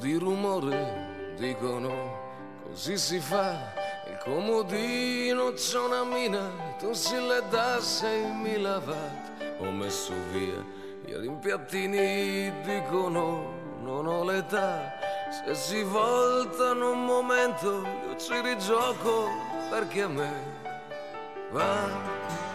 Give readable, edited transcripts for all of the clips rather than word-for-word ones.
di rumore, dicono così si fa. Il comodino c'è una mina, tu si le da 6.000 watt. Ho messo via i rimpiattini, dicono non ho l'età. Se si voltano un momento io ci rigioco, perché a me va.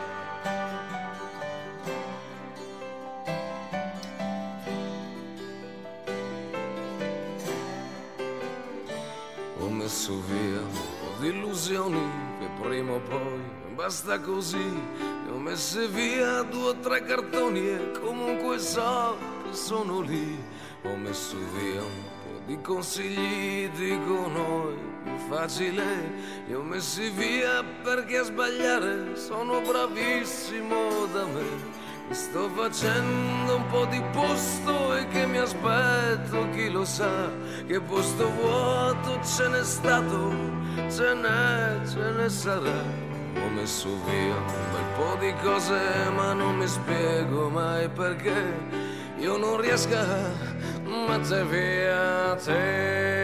Ho messo via un po' di illusioni che prima o poi basta così. Ne ho messe via 2 o 3 cartoni e comunque so che sono lì. Ho messo via un po' di consigli, dicono è più facile. Li ho messi via perché a sbagliare sono bravissimo da me. Mi sto facendo un po' di posto e che mi aspetto, chi lo sa, che posto vuoto ce n'è stato, ce ne sarà. Ho messo via un bel po' di cose ma non mi spiego mai perché io non riesco a mettere via te.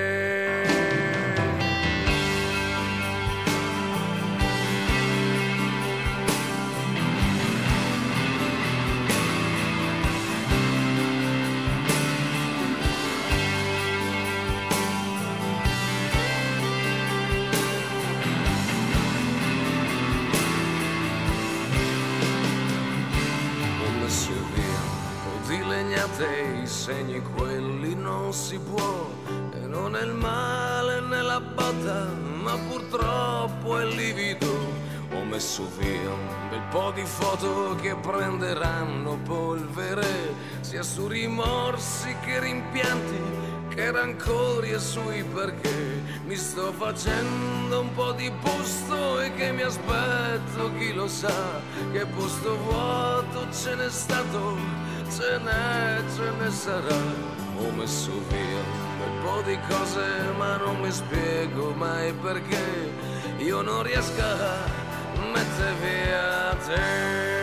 I segni quelli non si può, e non è il male né la botta, ma purtroppo è livido. Ho messo via un bel po' di foto che prenderanno polvere, sia su rimorsi che rimpianti, che rancori e sui perché. Mi sto facendo un po' di posto e che mi aspetto, chi lo sa, che posto vuoto ce n'è stato, ce ne sarà. Ho messo via un bel po' di cose ma non mi spiego mai perché io non riesco a mettere via te.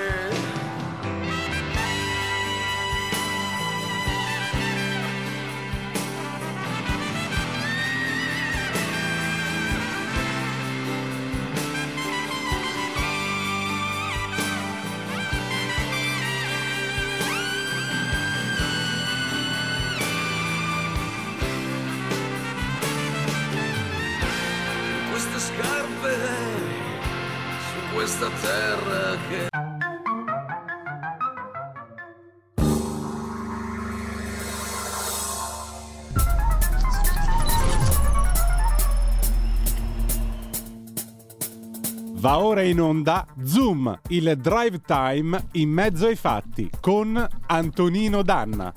Su questa terra che va ora in onda Zoom, il drive time in mezzo ai fatti con Antonino Danna.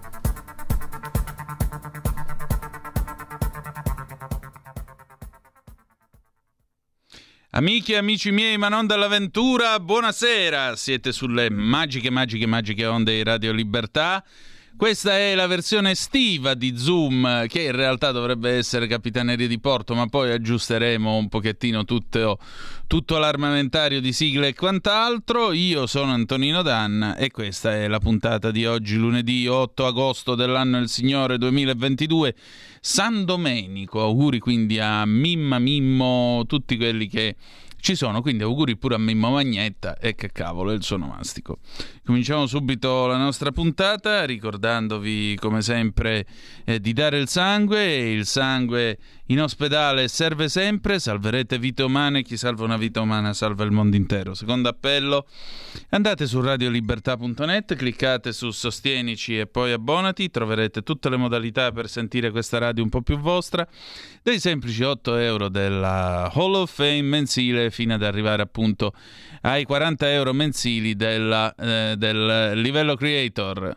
Amiche e amici miei, ma non dall'avventura, buonasera! Siete sulle magiche onde di Radio Libertà. Questa è la versione estiva di Zoom, che in realtà dovrebbe essere Capitaneria di Porto, ma poi aggiusteremo un pochettino tutto l'armamentario di sigle e quant'altro. Io sono Antonino Danna e questa è la puntata di oggi, lunedì 8 agosto dell'anno del Signore 2022, San Domenico. Auguri quindi a Mimmo, tutti quelli che ci sono, quindi auguri pure a Mimmo Magnetta e che cavolo è il suo onomastico. Cominciamo subito la nostra puntata ricordandovi come sempre di dare il sangue, e il sangue in ospedale serve sempre, salverete vite umane, chi salva una vita umana salva il mondo intero. Secondo appello, andate su radiolibertà.net, cliccate su Sostienici e poi abbonati, troverete tutte le modalità per sentire questa radio un po' più vostra, dai semplici 8 euro della Hall of Fame mensile fino ad arrivare appunto ai 40 euro mensili del livello creator.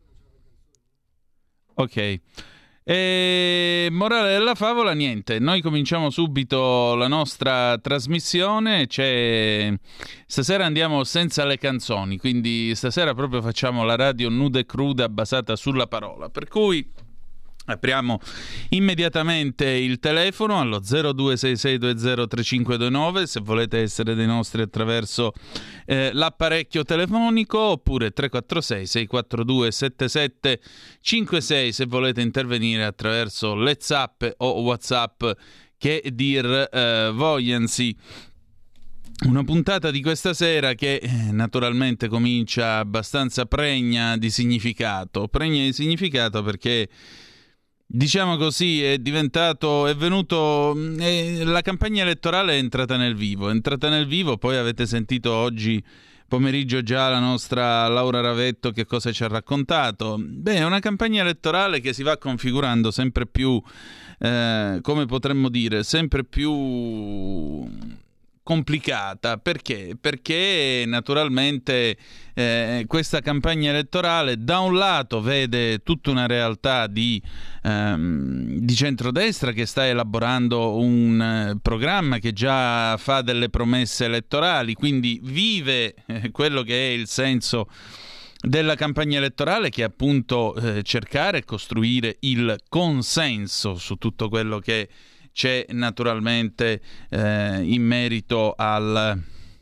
Ok. E morale della favola, niente, noi cominciamo subito la nostra trasmissione. Stasera andiamo senza le canzoni, quindi stasera proprio facciamo la radio nuda e cruda basata sulla parola, per cui Apriamo immediatamente il telefono allo 0266203529 se volete essere dei nostri attraverso l'apparecchio telefonico, oppure 346 642 7756 se volete intervenire attraverso le Zap o WhatsApp che dir vogliansi. Una puntata di questa sera che naturalmente comincia abbastanza pregna di significato perché, diciamo così, la campagna elettorale è entrata nel vivo. Poi avete sentito oggi pomeriggio già la nostra Laura Ravetto che cosa ci ha raccontato. È una campagna elettorale che si va configurando sempre più, come potremmo dire, sempre più complicata. Perché naturalmente questa campagna elettorale da un lato vede tutta una realtà di centrodestra che sta elaborando un programma che già fa delle promesse elettorali, quindi vive quello che è il senso della campagna elettorale, che è appunto cercare e costruire il consenso su tutto quello che c'è naturalmente in merito al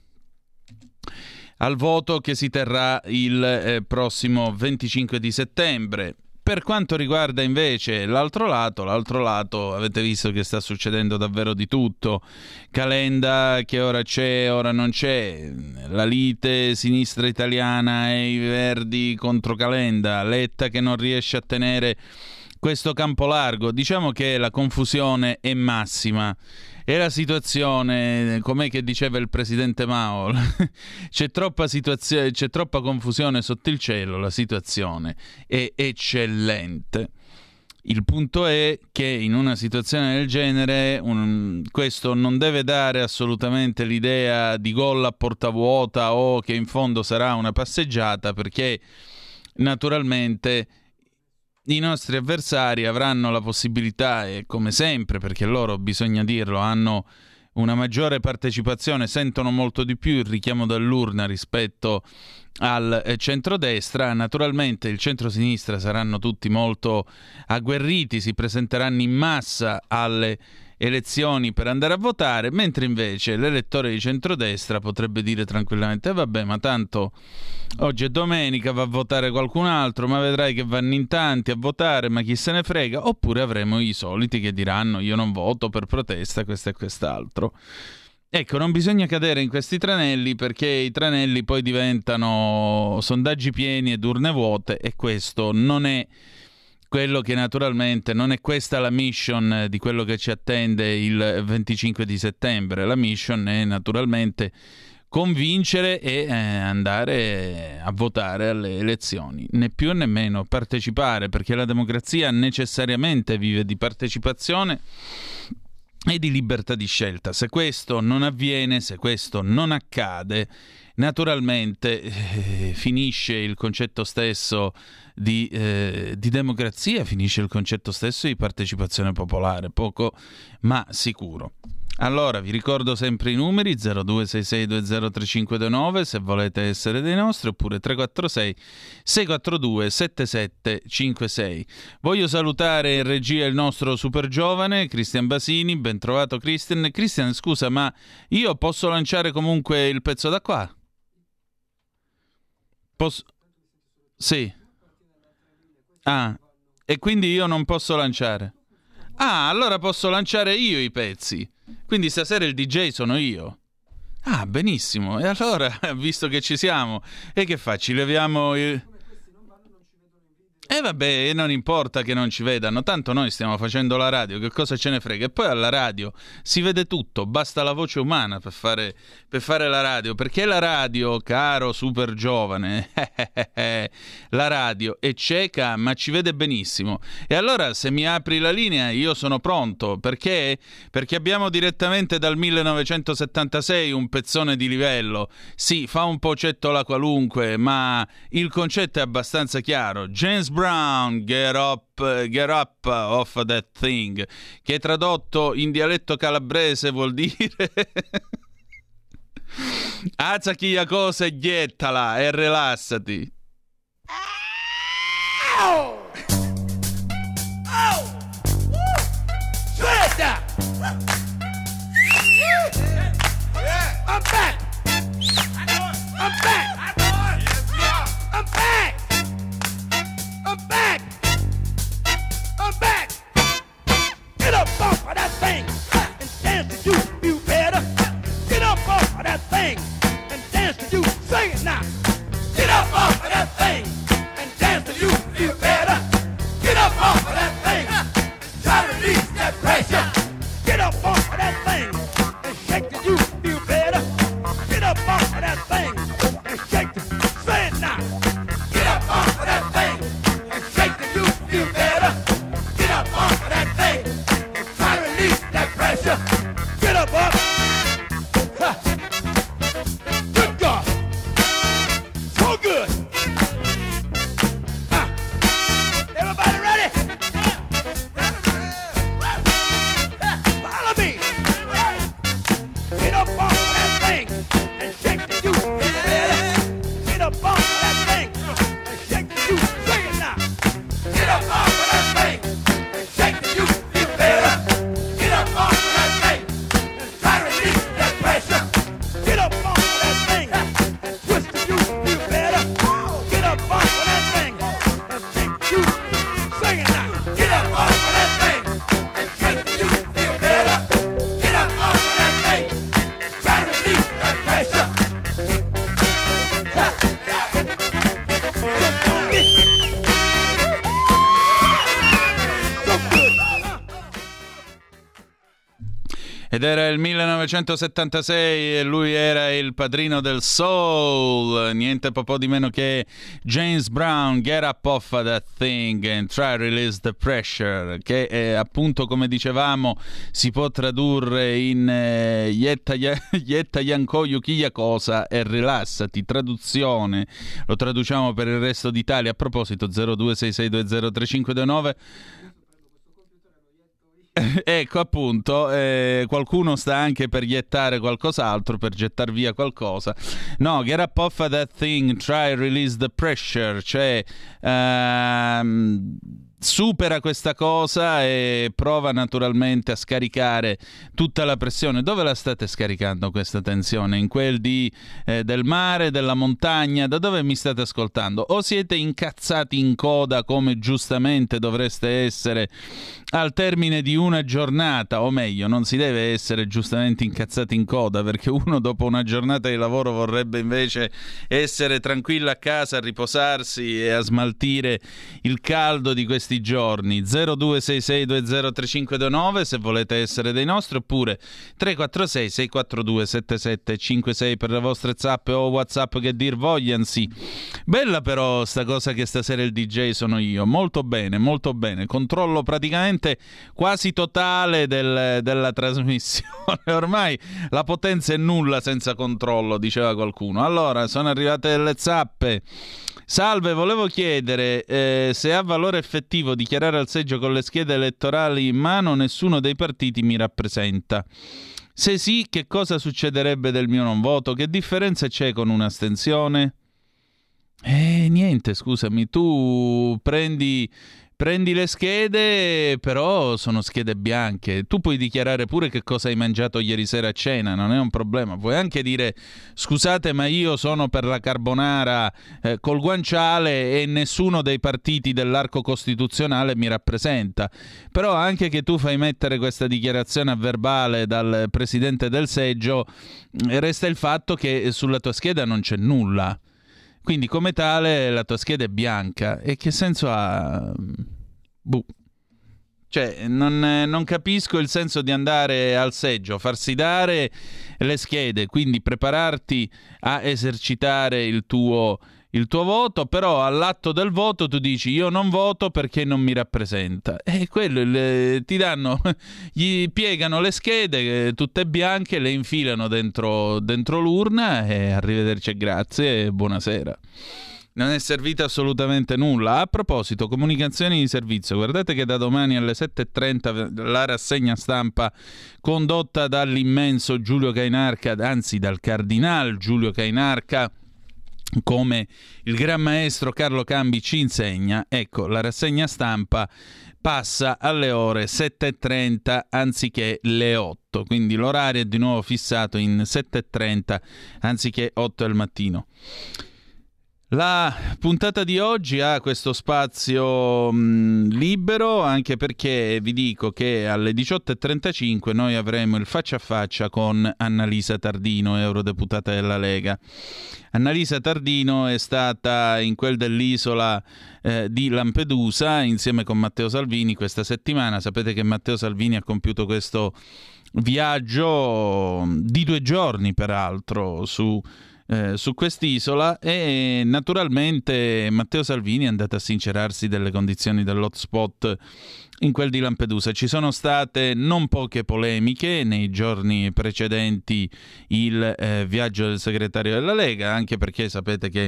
voto che si terrà il prossimo 25 di settembre. Per quanto riguarda invece l'altro lato, avete visto che sta succedendo davvero di tutto. Calenda che ora c'è, ora non c'è, la lite sinistra italiana e i Verdi contro Calenda, Letta che non riesce a tenere questo campo largo. Diciamo che la confusione è massima. E la situazione, com'è che diceva il presidente Mao, c'è troppa confusione sotto il cielo, la situazione è eccellente. Il punto è che in una situazione del genere questo non deve dare assolutamente l'idea di gol a porta vuota o che in fondo sarà una passeggiata, perché naturalmente i nostri avversari avranno la possibilità, e come sempre, perché loro, bisogna dirlo, hanno una maggiore partecipazione, sentono molto di più il richiamo dall'urna rispetto al centrodestra. Naturalmente il centrosinistra saranno tutti molto agguerriti, si presenteranno in massa alle elezioni per andare a votare, mentre invece l'elettore di centrodestra potrebbe dire tranquillamente vabbè, ma tanto oggi è domenica, va a votare qualcun altro, ma vedrai che vanno in tanti a votare, ma chi se ne frega. Oppure avremo i soliti che diranno io non voto per protesta, questo e quest'altro. Ecco, non bisogna cadere in questi tranelli, perché i tranelli poi diventano sondaggi pieni ed urne vuote, e questo non è quello che naturalmente, non è questa la mission di quello che ci attende il 25 di settembre. La mission è naturalmente convincere e andare a votare alle elezioni, né più né meno, partecipare, perché la democrazia necessariamente vive di partecipazione e di libertà di scelta. Se questo non avviene, se questo non accade, naturalmente finisce il concetto stesso di democrazia, finisce il concetto stesso di partecipazione popolare, poco ma sicuro. Allora, vi ricordo sempre i numeri: 0266203529 se volete essere dei nostri, oppure 346 642 7756. Voglio salutare in regia il nostro super giovane Cristian Basini. Ben trovato Cristian. Cristian, scusa, ma io posso lanciare comunque il pezzo da qua? Sì. Ah, e quindi io non posso lanciare? Ah, allora posso lanciare io i pezzi. Quindi stasera il DJ sono io. Ah, benissimo. E allora, visto che ci siamo, e che fa? Ci leviamo il... vabbè, non importa che non ci vedano, tanto noi stiamo facendo la radio, che cosa ce ne frega? E poi alla radio si vede tutto, basta la voce umana per fare la radio, perché la radio, caro super giovane, la radio è cieca ma ci vede benissimo. E allora se mi apri la linea io sono pronto, perché abbiamo direttamente dal 1976 un pezzone di livello. Sì, fa un po' cettola qualunque, ma il concetto è abbastanza chiaro. James Brown, get up off that thing, che tradotto in dialetto calabrese vuol dire alzati la cosa e gettala e rilassati. Ed era il 1976 e lui era il padrino del soul, niente po' di meno che James Brown. Get up off of that thing and try to release the pressure, che appunto, come dicevamo, si può tradurre in Yetta Yanko Yukiya cosa e rilassati. Traduzione, lo traduciamo per il resto d'Italia. A proposito, 0266203529. Ecco, appunto, qualcuno sta anche per yettare qualcos'altro, per gettar via qualcosa. No, get up off of that thing, try release the pressure, cioè supera questa cosa e prova naturalmente a scaricare tutta la pressione. Dove la state scaricando questa tensione? In quel del mare, della montagna? Da dove mi state ascoltando? O siete incazzati in coda, come giustamente dovreste essere al termine di una giornata? O meglio, non si deve essere giustamente incazzati in coda, perché uno dopo una giornata di lavoro vorrebbe invece essere tranquillo a casa, a riposarsi e a smaltire il caldo di questi giorni. 0266203529 se volete essere dei nostri, oppure 346 642 7756 per le vostre zappe o WhatsApp che dir vogliansi. Bella però sta cosa che stasera il DJ sono io, molto bene, controllo praticamente quasi totale della trasmissione. Ormai la potenza è nulla senza controllo, diceva qualcuno. Allora, sono arrivate delle zappe. Salve, volevo chiedere se ha valore effettivo dichiarare al seggio con le schede elettorali in mano. Nessuno dei partiti mi rappresenta. Se sì, che cosa succederebbe del mio non voto? Che differenza c'è con un'astensione? Niente, scusami, tu prendi le schede, però sono schede bianche. Tu puoi dichiarare pure che cosa hai mangiato ieri sera a cena, non è un problema. Puoi anche dire: scusate, ma io sono per la carbonara col guanciale e nessuno dei partiti dell'arco costituzionale mi rappresenta. Però anche che tu fai mettere questa dichiarazione a verbale dal presidente del seggio, resta il fatto che sulla tua scheda non c'è nulla. Quindi come tale la tua scheda è bianca. E che senso ha? Cioè, non capisco il senso di andare al seggio, farsi dare le schede, quindi prepararti a esercitare il tuo voto, però all'atto del voto tu dici: io non voto perché non mi rappresenta. E quello ti danno, gli piegano le schede tutte bianche, le infilano dentro l'urna e arrivederci e grazie e buonasera. Non è servita assolutamente nulla. A proposito, comunicazioni di servizio, guardate che da domani alle 7:30 la rassegna stampa condotta dall'immenso Giulio Cainarca, anzi dal cardinal Giulio Cainarca, come il gran maestro Carlo Cambi ci insegna. Ecco, la rassegna stampa passa alle ore 7:30 anziché le 8, quindi l'orario è di nuovo fissato in 7:30 anziché 8 del mattino. La puntata di oggi ha questo spazio libero, anche perché vi dico che alle 18:35 noi avremo il faccia a faccia con Annalisa Tardino, eurodeputata della Lega. Annalisa Tardino è stata in quel dell'isola di Lampedusa insieme con Matteo Salvini questa settimana. Sapete che Matteo Salvini ha compiuto questo viaggio di 2 giorni, peraltro, su quest'isola, e naturalmente Matteo Salvini è andato a sincerarsi delle condizioni dell'hotspot in quel di Lampedusa. Ci sono state non poche polemiche nei giorni precedenti il viaggio del segretario della Lega, anche perché sapete che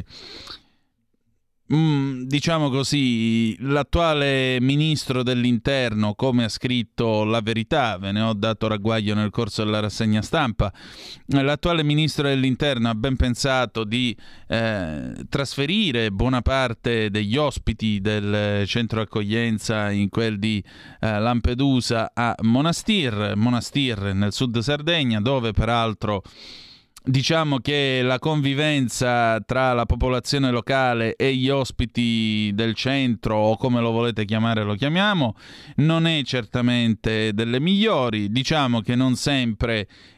diciamo così, l'attuale ministro dell'interno, come ha scritto La Verità, ve ne ho dato ragguaglio nel corso della rassegna stampa, l'attuale ministro dell'interno ha ben pensato di trasferire buona parte degli ospiti del centro accoglienza in quel di Lampedusa a Monastir nel sud Sardegna, dove peraltro diciamo che la convivenza tra la popolazione locale e gli ospiti del centro, o come lo volete chiamare lo chiamiamo, non è certamente delle migliori. Diciamo che non sempre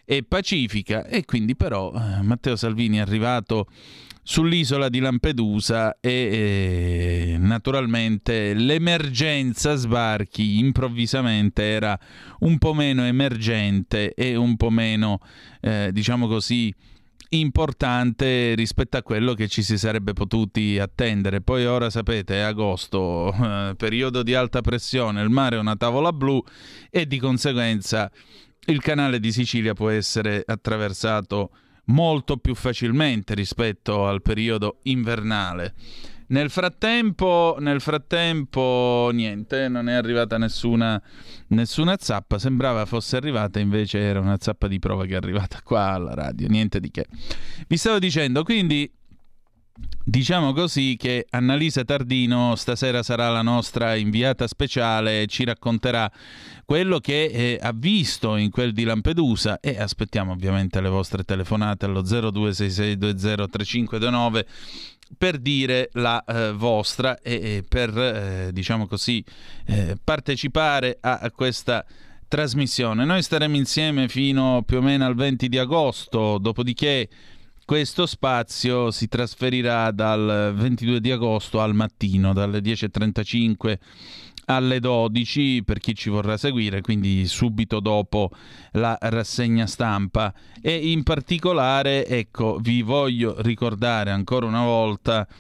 e pacifica, e quindi però Matteo Salvini è arrivato sull'isola di Lampedusa e naturalmente l'emergenza sbarchi improvvisamente era un po' meno emergente e un po' meno, diciamo così, importante rispetto a quello che ci si sarebbe potuti attendere. Poi ora sapete, è agosto, periodo di alta pressione, il mare è una tavola blu e di conseguenza il canale di Sicilia può essere attraversato molto più facilmente rispetto al periodo invernale. Nel frattempo niente, non è arrivata nessuna zappa, sembrava fosse arrivata, invece era una zappa di prova che è arrivata qua alla radio, niente di che. Vi stavo dicendo, quindi diciamo così che Annalisa Tardino stasera sarà la nostra inviata speciale e ci racconterà quello che ha visto in quel di Lampedusa, e aspettiamo ovviamente le vostre telefonate allo 0266203529 per dire la vostra e per diciamo così partecipare a questa trasmissione. Noi staremo insieme fino più o meno al 20 di agosto, dopodiché questo spazio si trasferirà dal 22 di agosto al mattino, dalle 10.35 alle 12 per chi ci vorrà seguire, quindi subito dopo la rassegna stampa. E in particolare, ecco, vi voglio ricordare ancora una volta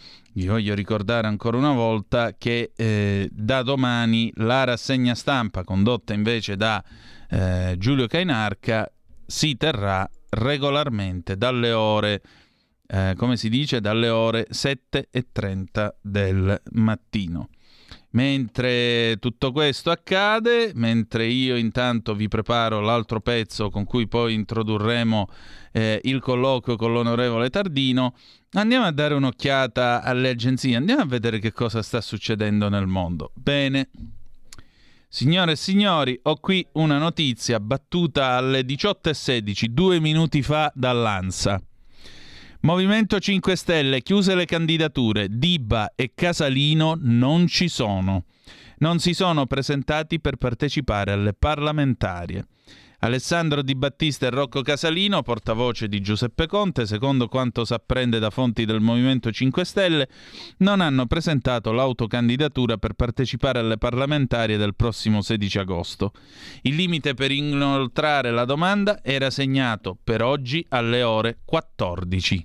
che da domani la rassegna stampa condotta invece da Giulio Cainarca si terrà regolarmente dalle ore dalle ore 7:30 del mattino. Mentre tutto questo accade, mentre io intanto vi preparo l'altro pezzo con cui poi introdurremo il colloquio con l'onorevole Tardino, andiamo a dare un'occhiata alle agenzie, andiamo a vedere che cosa sta succedendo nel mondo. Bene, signore e signori, ho qui una notizia battuta alle 18:16, 2 minuti fa dall'ANSA. Movimento 5 Stelle, chiuse le candidature, Dibba e Casalino non ci sono. Non si sono presentati per partecipare alle parlamentarie. Alessandro Di Battista e Rocco Casalino, portavoce di Giuseppe Conte, secondo quanto s'apprende da fonti del Movimento 5 Stelle, non hanno presentato l'autocandidatura per partecipare alle parlamentarie del prossimo 16 agosto. Il limite per inoltrare la domanda era segnato per oggi alle ore 14.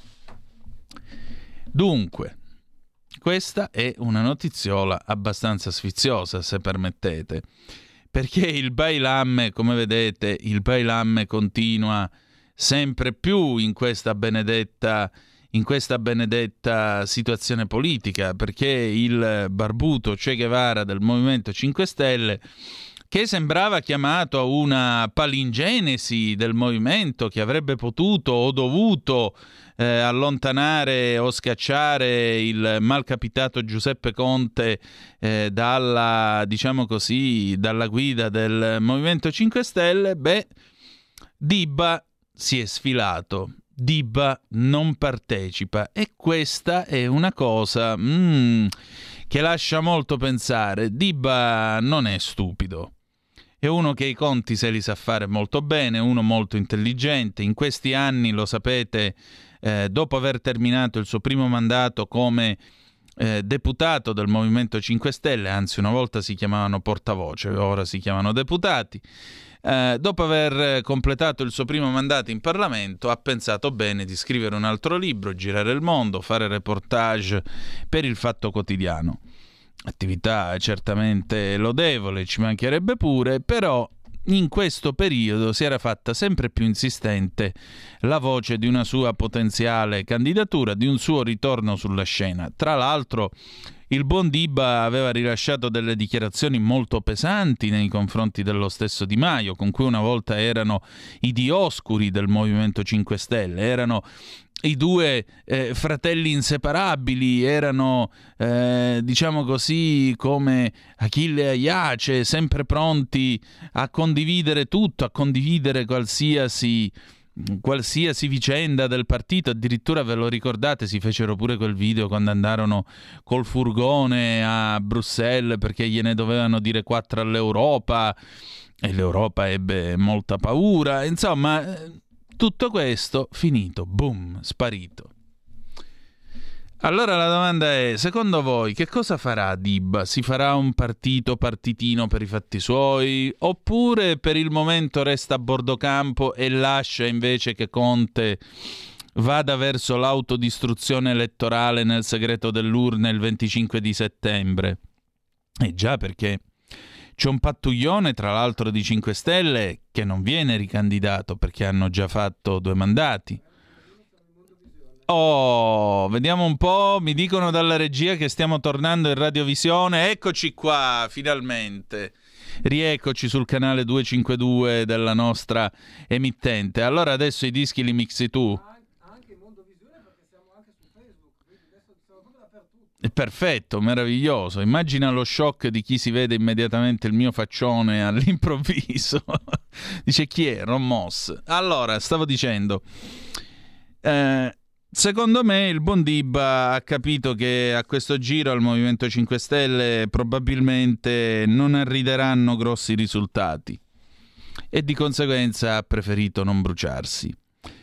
Dunque, questa è una notiziola abbastanza sfiziosa, se permettete, perché il bailamme, come vedete, continua sempre più in questa benedetta situazione politica, perché il barbuto Che Guevara del Movimento 5 Stelle, che sembrava chiamato a una palingenesi del movimento, che avrebbe potuto o dovuto allontanare o scacciare il malcapitato Giuseppe Conte dalla guida del Movimento 5 Stelle, Dibba si è sfilato. Dibba non partecipa, e questa è una cosa che lascia molto pensare. Dibba non è stupido. È uno che i conti se li sa fare molto bene, uno molto intelligente. In questi anni, lo sapete, dopo aver terminato il suo primo mandato come deputato del Movimento 5 Stelle, anzi una volta si chiamavano portavoce, ora si chiamano deputati, dopo aver completato il suo primo mandato in Parlamento ha pensato bene di scrivere un altro libro, girare il mondo, fare reportage per il Fatto Quotidiano. Attività certamente lodevole, ci mancherebbe pure, però in questo periodo si era fatta sempre più insistente la voce di una sua potenziale candidatura, di un suo ritorno sulla scena. Tra l'altro, il buon Dibba aveva rilasciato delle dichiarazioni molto pesanti nei confronti dello stesso Di Maio, con cui una volta erano i dioscuri del Movimento 5 Stelle, erano i due fratelli inseparabili, erano diciamo così come Achille e Iace, sempre pronti a condividere tutto, a condividere qualsiasi vicenda del partito. Addirittura, ve lo ricordate, si fecero pure quel video quando andarono col furgone a Bruxelles perché gliene dovevano dire 4 all'Europa, e l'Europa ebbe molta paura. Insomma, tutto questo finito, boom, sparito. Allora la domanda è, secondo voi che cosa farà Dibba? Si farà un partitino per i fatti suoi, oppure per il momento resta a bordo campo e lascia invece che Conte vada verso l'autodistruzione elettorale nel segreto dell'urna il 25 di settembre? Già, perché c'è un pattuglione, tra l'altro di 5 Stelle, che non viene ricandidato perché hanno già fatto 2 mandati. Oh, vediamo un po', mi dicono dalla regia che stiamo tornando in radiovisione. Eccoci qua, finalmente. Rieccoci sul canale 252 della nostra emittente. Allora adesso i dischi li mixi tu? Anche in Mondovisione, perché siamo anche su Facebook, quindi adesso siamo proprio dappertutto. Perfetto, meraviglioso. Immagina lo shock di chi si vede immediatamente il mio faccione all'improvviso. Dice, chi è? Ron Moss. Allora, stavo dicendo... secondo me il buon Dibba ha capito che a questo giro al Movimento 5 Stelle probabilmente non arriveranno grossi risultati e di conseguenza ha preferito non bruciarsi.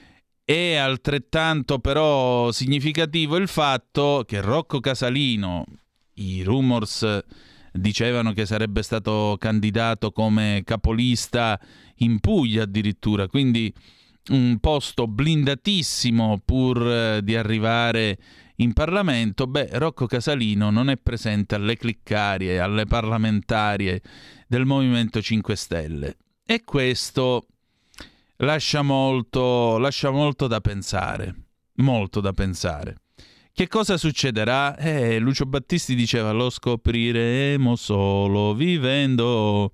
È altrettanto però significativo il fatto che Rocco Casalino, i rumors dicevano che sarebbe stato candidato come capolista in Puglia addirittura, quindi un posto blindatissimo pur di arrivare in Parlamento. Rocco Casalino non è presente alle cliccarie, alle parlamentarie del Movimento 5 Stelle e questo lascia molto da pensare, molto da pensare. Che cosa succederà? Lucio Battisti diceva, lo scopriremo solo vivendo.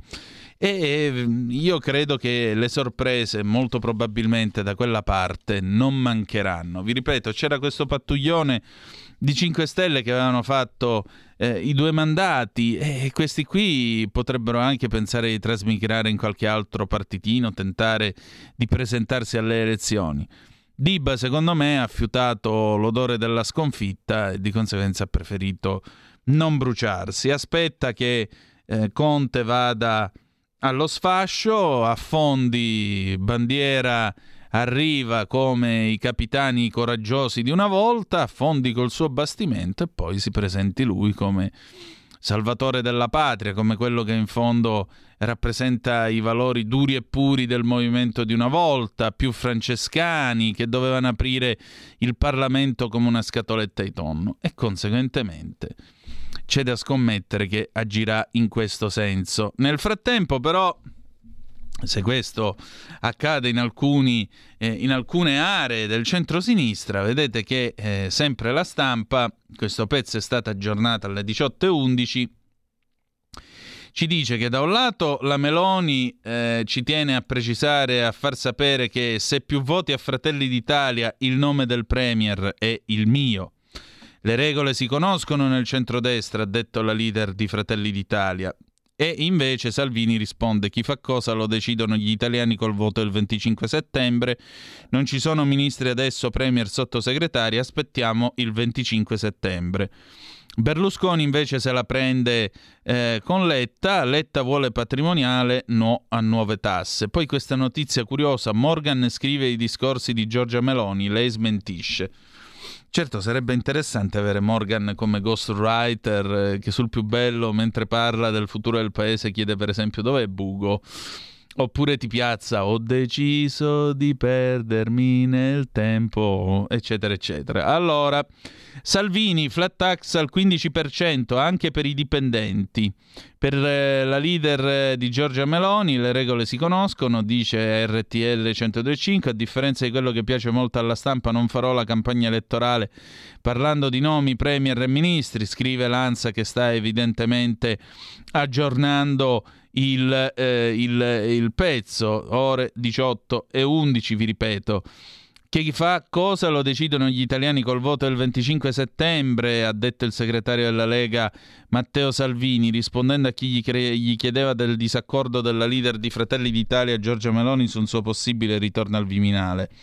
E io credo che le sorprese molto probabilmente da quella parte non mancheranno. Vi ripeto, c'era questo pattuglione di 5 Stelle che avevano fatto i 2 mandati e questi qui potrebbero anche pensare di trasmigrare in qualche altro partitino, tentare di presentarsi alle elezioni. Dibba secondo me ha fiutato l'odore della sconfitta e di conseguenza ha preferito non bruciarsi. Aspetta che Conte vada allo sfascio, affondi bandiera, arriva come i capitani coraggiosi di una volta, affondi col suo bastimento e poi si presenti lui come salvatore della patria, come quello che in fondo rappresenta i valori duri e puri del movimento di una volta, più francescani, che dovevano aprire il Parlamento come una scatoletta di tonno e conseguentemente c'è da scommettere che agirà in questo senso. Nel frattempo però, se questo accade in alcune aree del centro-sinistra, vedete che sempre La Stampa, questo pezzo è stato aggiornato alle 18:11, ci dice che da un lato la Meloni ci tiene a precisare, a far sapere che se più voti a Fratelli d'Italia il nome del Premier è il mio. Le regole si conoscono nel centrodestra, ha detto la leader di Fratelli d'Italia. E invece Salvini risponde: chi fa cosa lo decidono gli italiani col voto del 25 settembre. Non ci sono ministri adesso, premier, sottosegretari, aspettiamo il 25 settembre. Berlusconi invece se la prende con Letta. Letta vuole patrimoniale, no a nuove tasse. Poi questa notizia curiosa: Morgan scrive i discorsi di Giorgia Meloni, lei smentisce. Certo, sarebbe interessante avere Morgan come ghostwriter che sul Più Bello, mentre parla del futuro del paese, chiede per esempio dov'è Bugo, oppure ti piazza ho deciso di perdermi nel tempo, eccetera eccetera. Allora, Salvini, flat tax al 15% anche per i dipendenti. Per la leader di Giorgia Meloni le regole si conoscono, dice RTL 102.5, a differenza di quello che piace molto alla Stampa non farò la campagna elettorale parlando di nomi, premier e ministri, scrive Lanza che sta evidentemente aggiornando il pezzo, ore 18:11, vi ripeto. Che chi fa cosa lo decidono gli italiani col voto del 25 settembre, ha detto il segretario della Lega Matteo Salvini, rispondendo a chi gli chiedeva del disaccordo della leader di Fratelli d'Italia Giorgia Meloni su un suo possibile ritorno al Viminale.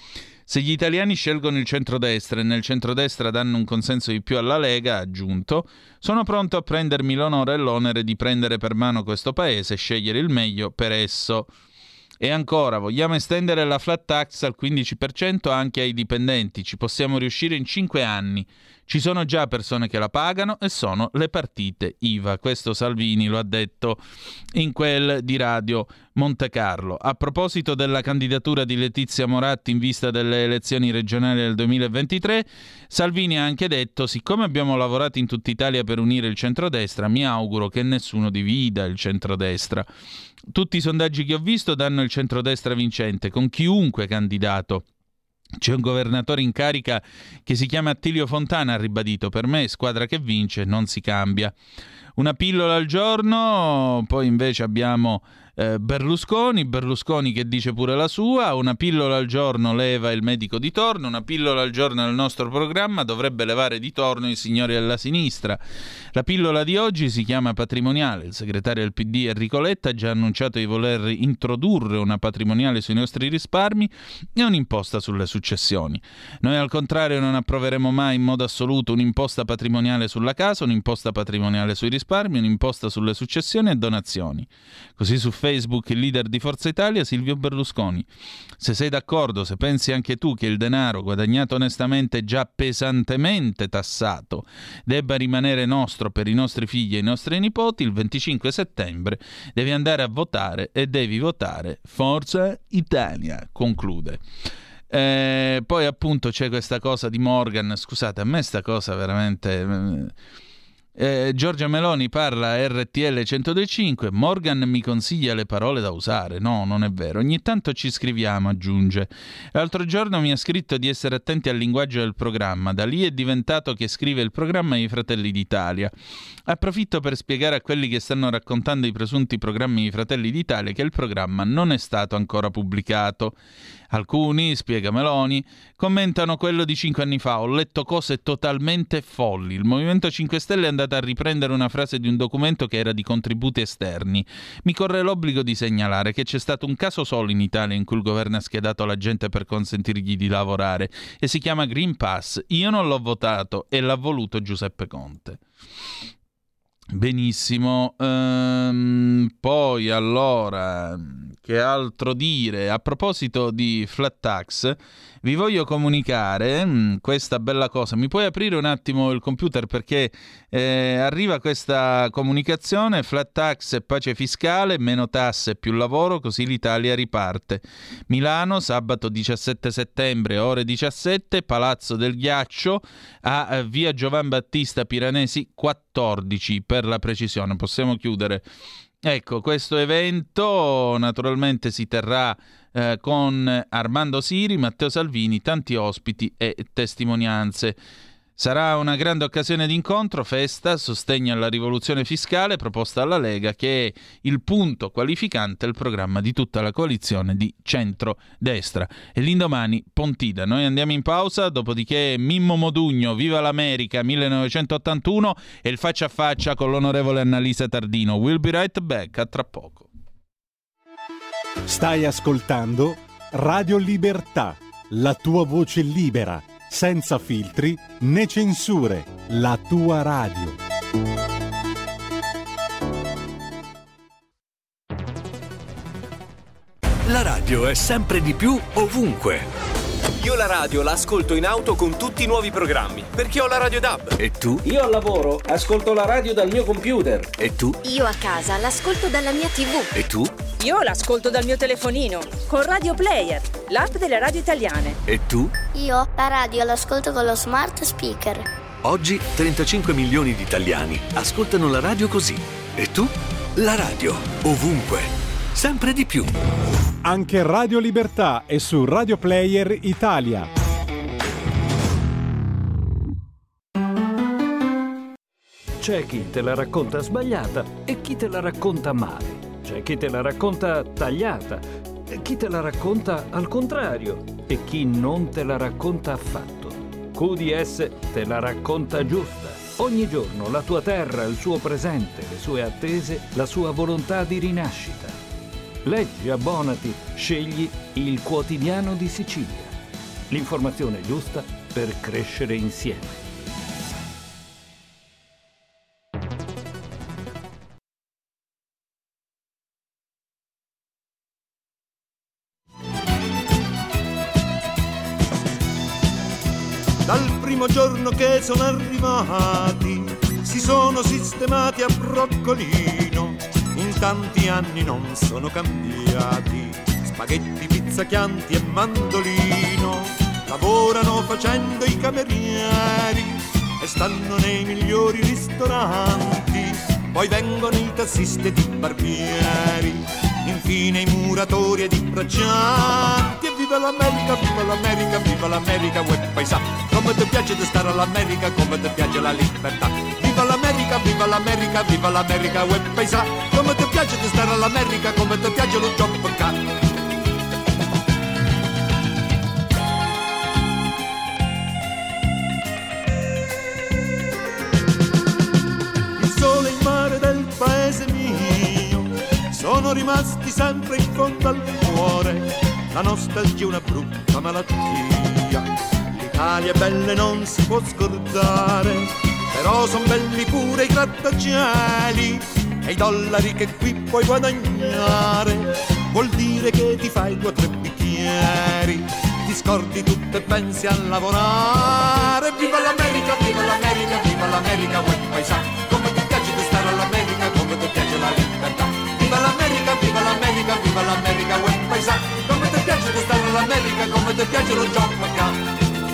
Se gli italiani scelgono il centrodestra e nel centrodestra danno un consenso di più alla Lega, ha aggiunto, sono pronto a prendermi l'onore e l'onere di prendere per mano questo paese e scegliere il meglio per esso. E ancora, vogliamo estendere la flat tax al 15% anche ai dipendenti. Ci possiamo riuscire in 5 anni. Ci sono già persone che la pagano e sono le partite IVA. Questo Salvini lo ha detto in quel di Radio Monte Carlo. A proposito della candidatura di Letizia Moratti in vista delle elezioni regionali del 2023, Salvini ha anche detto: siccome abbiamo lavorato in tutta Italia per unire il centrodestra, mi auguro che nessuno divida il centrodestra. Tutti i sondaggi che ho visto danno il centrodestra vincente, con chiunque candidato. C'è un governatore in carica che si chiama Attilio Fontana, ha ribadito: per me squadra che vince non si cambia. Una pillola al giorno, poi invece abbiamo Berlusconi che dice pure la sua. Una pillola al giorno leva il medico di torno, una pillola al giorno nel nostro programma dovrebbe levare di torno i signori della sinistra. La pillola di oggi si chiama patrimoniale. Il segretario del PD Enrico Letta ha già annunciato di voler introdurre una patrimoniale sui nostri risparmi e un'imposta sulle successioni. Noi al contrario non approveremo mai in modo assoluto un'imposta patrimoniale sulla casa, un'imposta patrimoniale sui risparmi, un'imposta sulle successioni e donazioni. Così su Facebook il leader di Forza Italia, Silvio Berlusconi. Se sei d'accordo, se pensi anche tu che il denaro guadagnato onestamente e già pesantemente tassato debba rimanere nostro per i nostri figli e i nostri nipoti, il 25 settembre devi andare a votare e devi votare Forza Italia, conclude. Poi appunto c'è questa cosa di Morgan. Scusate, a me sta cosa veramente... Giorgia Meloni parla a RTL 102.5. Morgan mi consiglia le parole da usare. No, non è vero. Ogni tanto ci scriviamo, aggiunge. L'altro giorno mi ha scritto di essere attenti al linguaggio del programma. Da lì è diventato che scrive il programma di Fratelli d'Italia. Approfitto per spiegare a quelli che stanno raccontando i presunti programmi di Fratelli d'Italia che il programma non è stato ancora pubblicato. Alcuni, spiega Meloni, commentano quello di 5 anni fa. Ho letto cose totalmente folli. Il Movimento 5 Stelle è andato a riprendere una frase di un documento che era di contributi esterni. Mi corre l'obbligo di segnalare che c'è stato un caso solo in Italia in cui il governo ha schedato la gente per consentirgli di lavorare e si chiama Green Pass. Io non l'ho votato e l'ha voluto Giuseppe Conte. Benissimo, poi allora, che altro dire? A proposito di flat tax, vi voglio comunicare questa bella cosa. Mi puoi aprire un attimo il computer perché arriva questa comunicazione: flat tax e pace fiscale, meno tasse, più lavoro, così l'Italia riparte. Milano, sabato 17 settembre, ore 17, Palazzo del Ghiaccio, a via Giovan Battista Piranesi 14 per la precisione. Possiamo chiudere. Ecco, questo evento naturalmente si terrà con Armando Siri, Matteo Salvini, tanti ospiti e testimonianze. Sarà una grande occasione di incontro, festa, sostegno alla rivoluzione fiscale proposta alla Lega, che è il punto qualificante del programma di tutta la coalizione di centro-destra. E l'indomani Pontida. Noi andiamo in pausa, dopodiché Mimmo Modugno, Viva l'America 1981 e il faccia a faccia con l'onorevole Annalisa Tardino. We'll be right back, a tra poco. Stai ascoltando Radio Libertà, la tua voce libera, senza filtri né censure, la tua radio. La radio è sempre di più ovunque. Io la radio la ascolto in auto con tutti i nuovi programmi, perché ho la radio DAB. E tu? Io al lavoro ascolto la radio dal mio computer. E tu? Io a casa l'ascolto dalla mia TV. E tu? Io l'ascolto dal mio telefonino, con Radio Player, l'app delle radio italiane. E tu? Io la radio l'ascolto con lo smart speaker. Oggi 35 milioni di italiani ascoltano la radio così. E tu? La radio, ovunque, sempre di più. Anche Radio Libertà è su Radio Player Italia. C'è chi te la racconta sbagliata e chi te la racconta male. C'è chi te la racconta tagliata e chi te la racconta al contrario e chi non te la racconta affatto. QDS te la racconta giusta. Ogni giorno la tua terra, il suo presente, le sue attese, la sua volontà di rinascita. Leggi, abbonati, scegli il Quotidiano di Sicilia. l'informazione giusta per crescere insieme. Dal primo giorno che sono arrivati si sono sistemati a broccolino, in tanti anni non sono cambiati, spaghetti, pizza, chianti e mandolino, lavorano facendo i camerieri e stanno nei migliori ristoranti, poi vengono i tassisti ed i barbieri, infine i muratori ed i braccianti. E viva l'America, viva l'America, viva l'America, uè paesà, come ti piace di stare all'America, come ti piace la libertà. Viva l'America, viva l'America, viva l'America, uè paesà, come ti piace di stare all'America, come ti piace lo gioco per cá. Il sole e il mare del paese mio sono rimasti sempre in fondo al cuore, la nostalgia è una brutta malattia, l'Italia è bella e non si può scordare, però son belli pure i grattacieli e i dollari che qui puoi guadagnare, vuol dire che ti fai 2 o 3 bicchieri, ti scordi tutto e pensi a lavorare. Viva l'America, viva l'America, viva l'America, uè paesà, come ti piace di stare all'America, come ti piace la libertà. Viva l'America, viva l'America, viva l'America, uè paesà, come ti piace di stare all'America, come ti piace lo gioco a cá.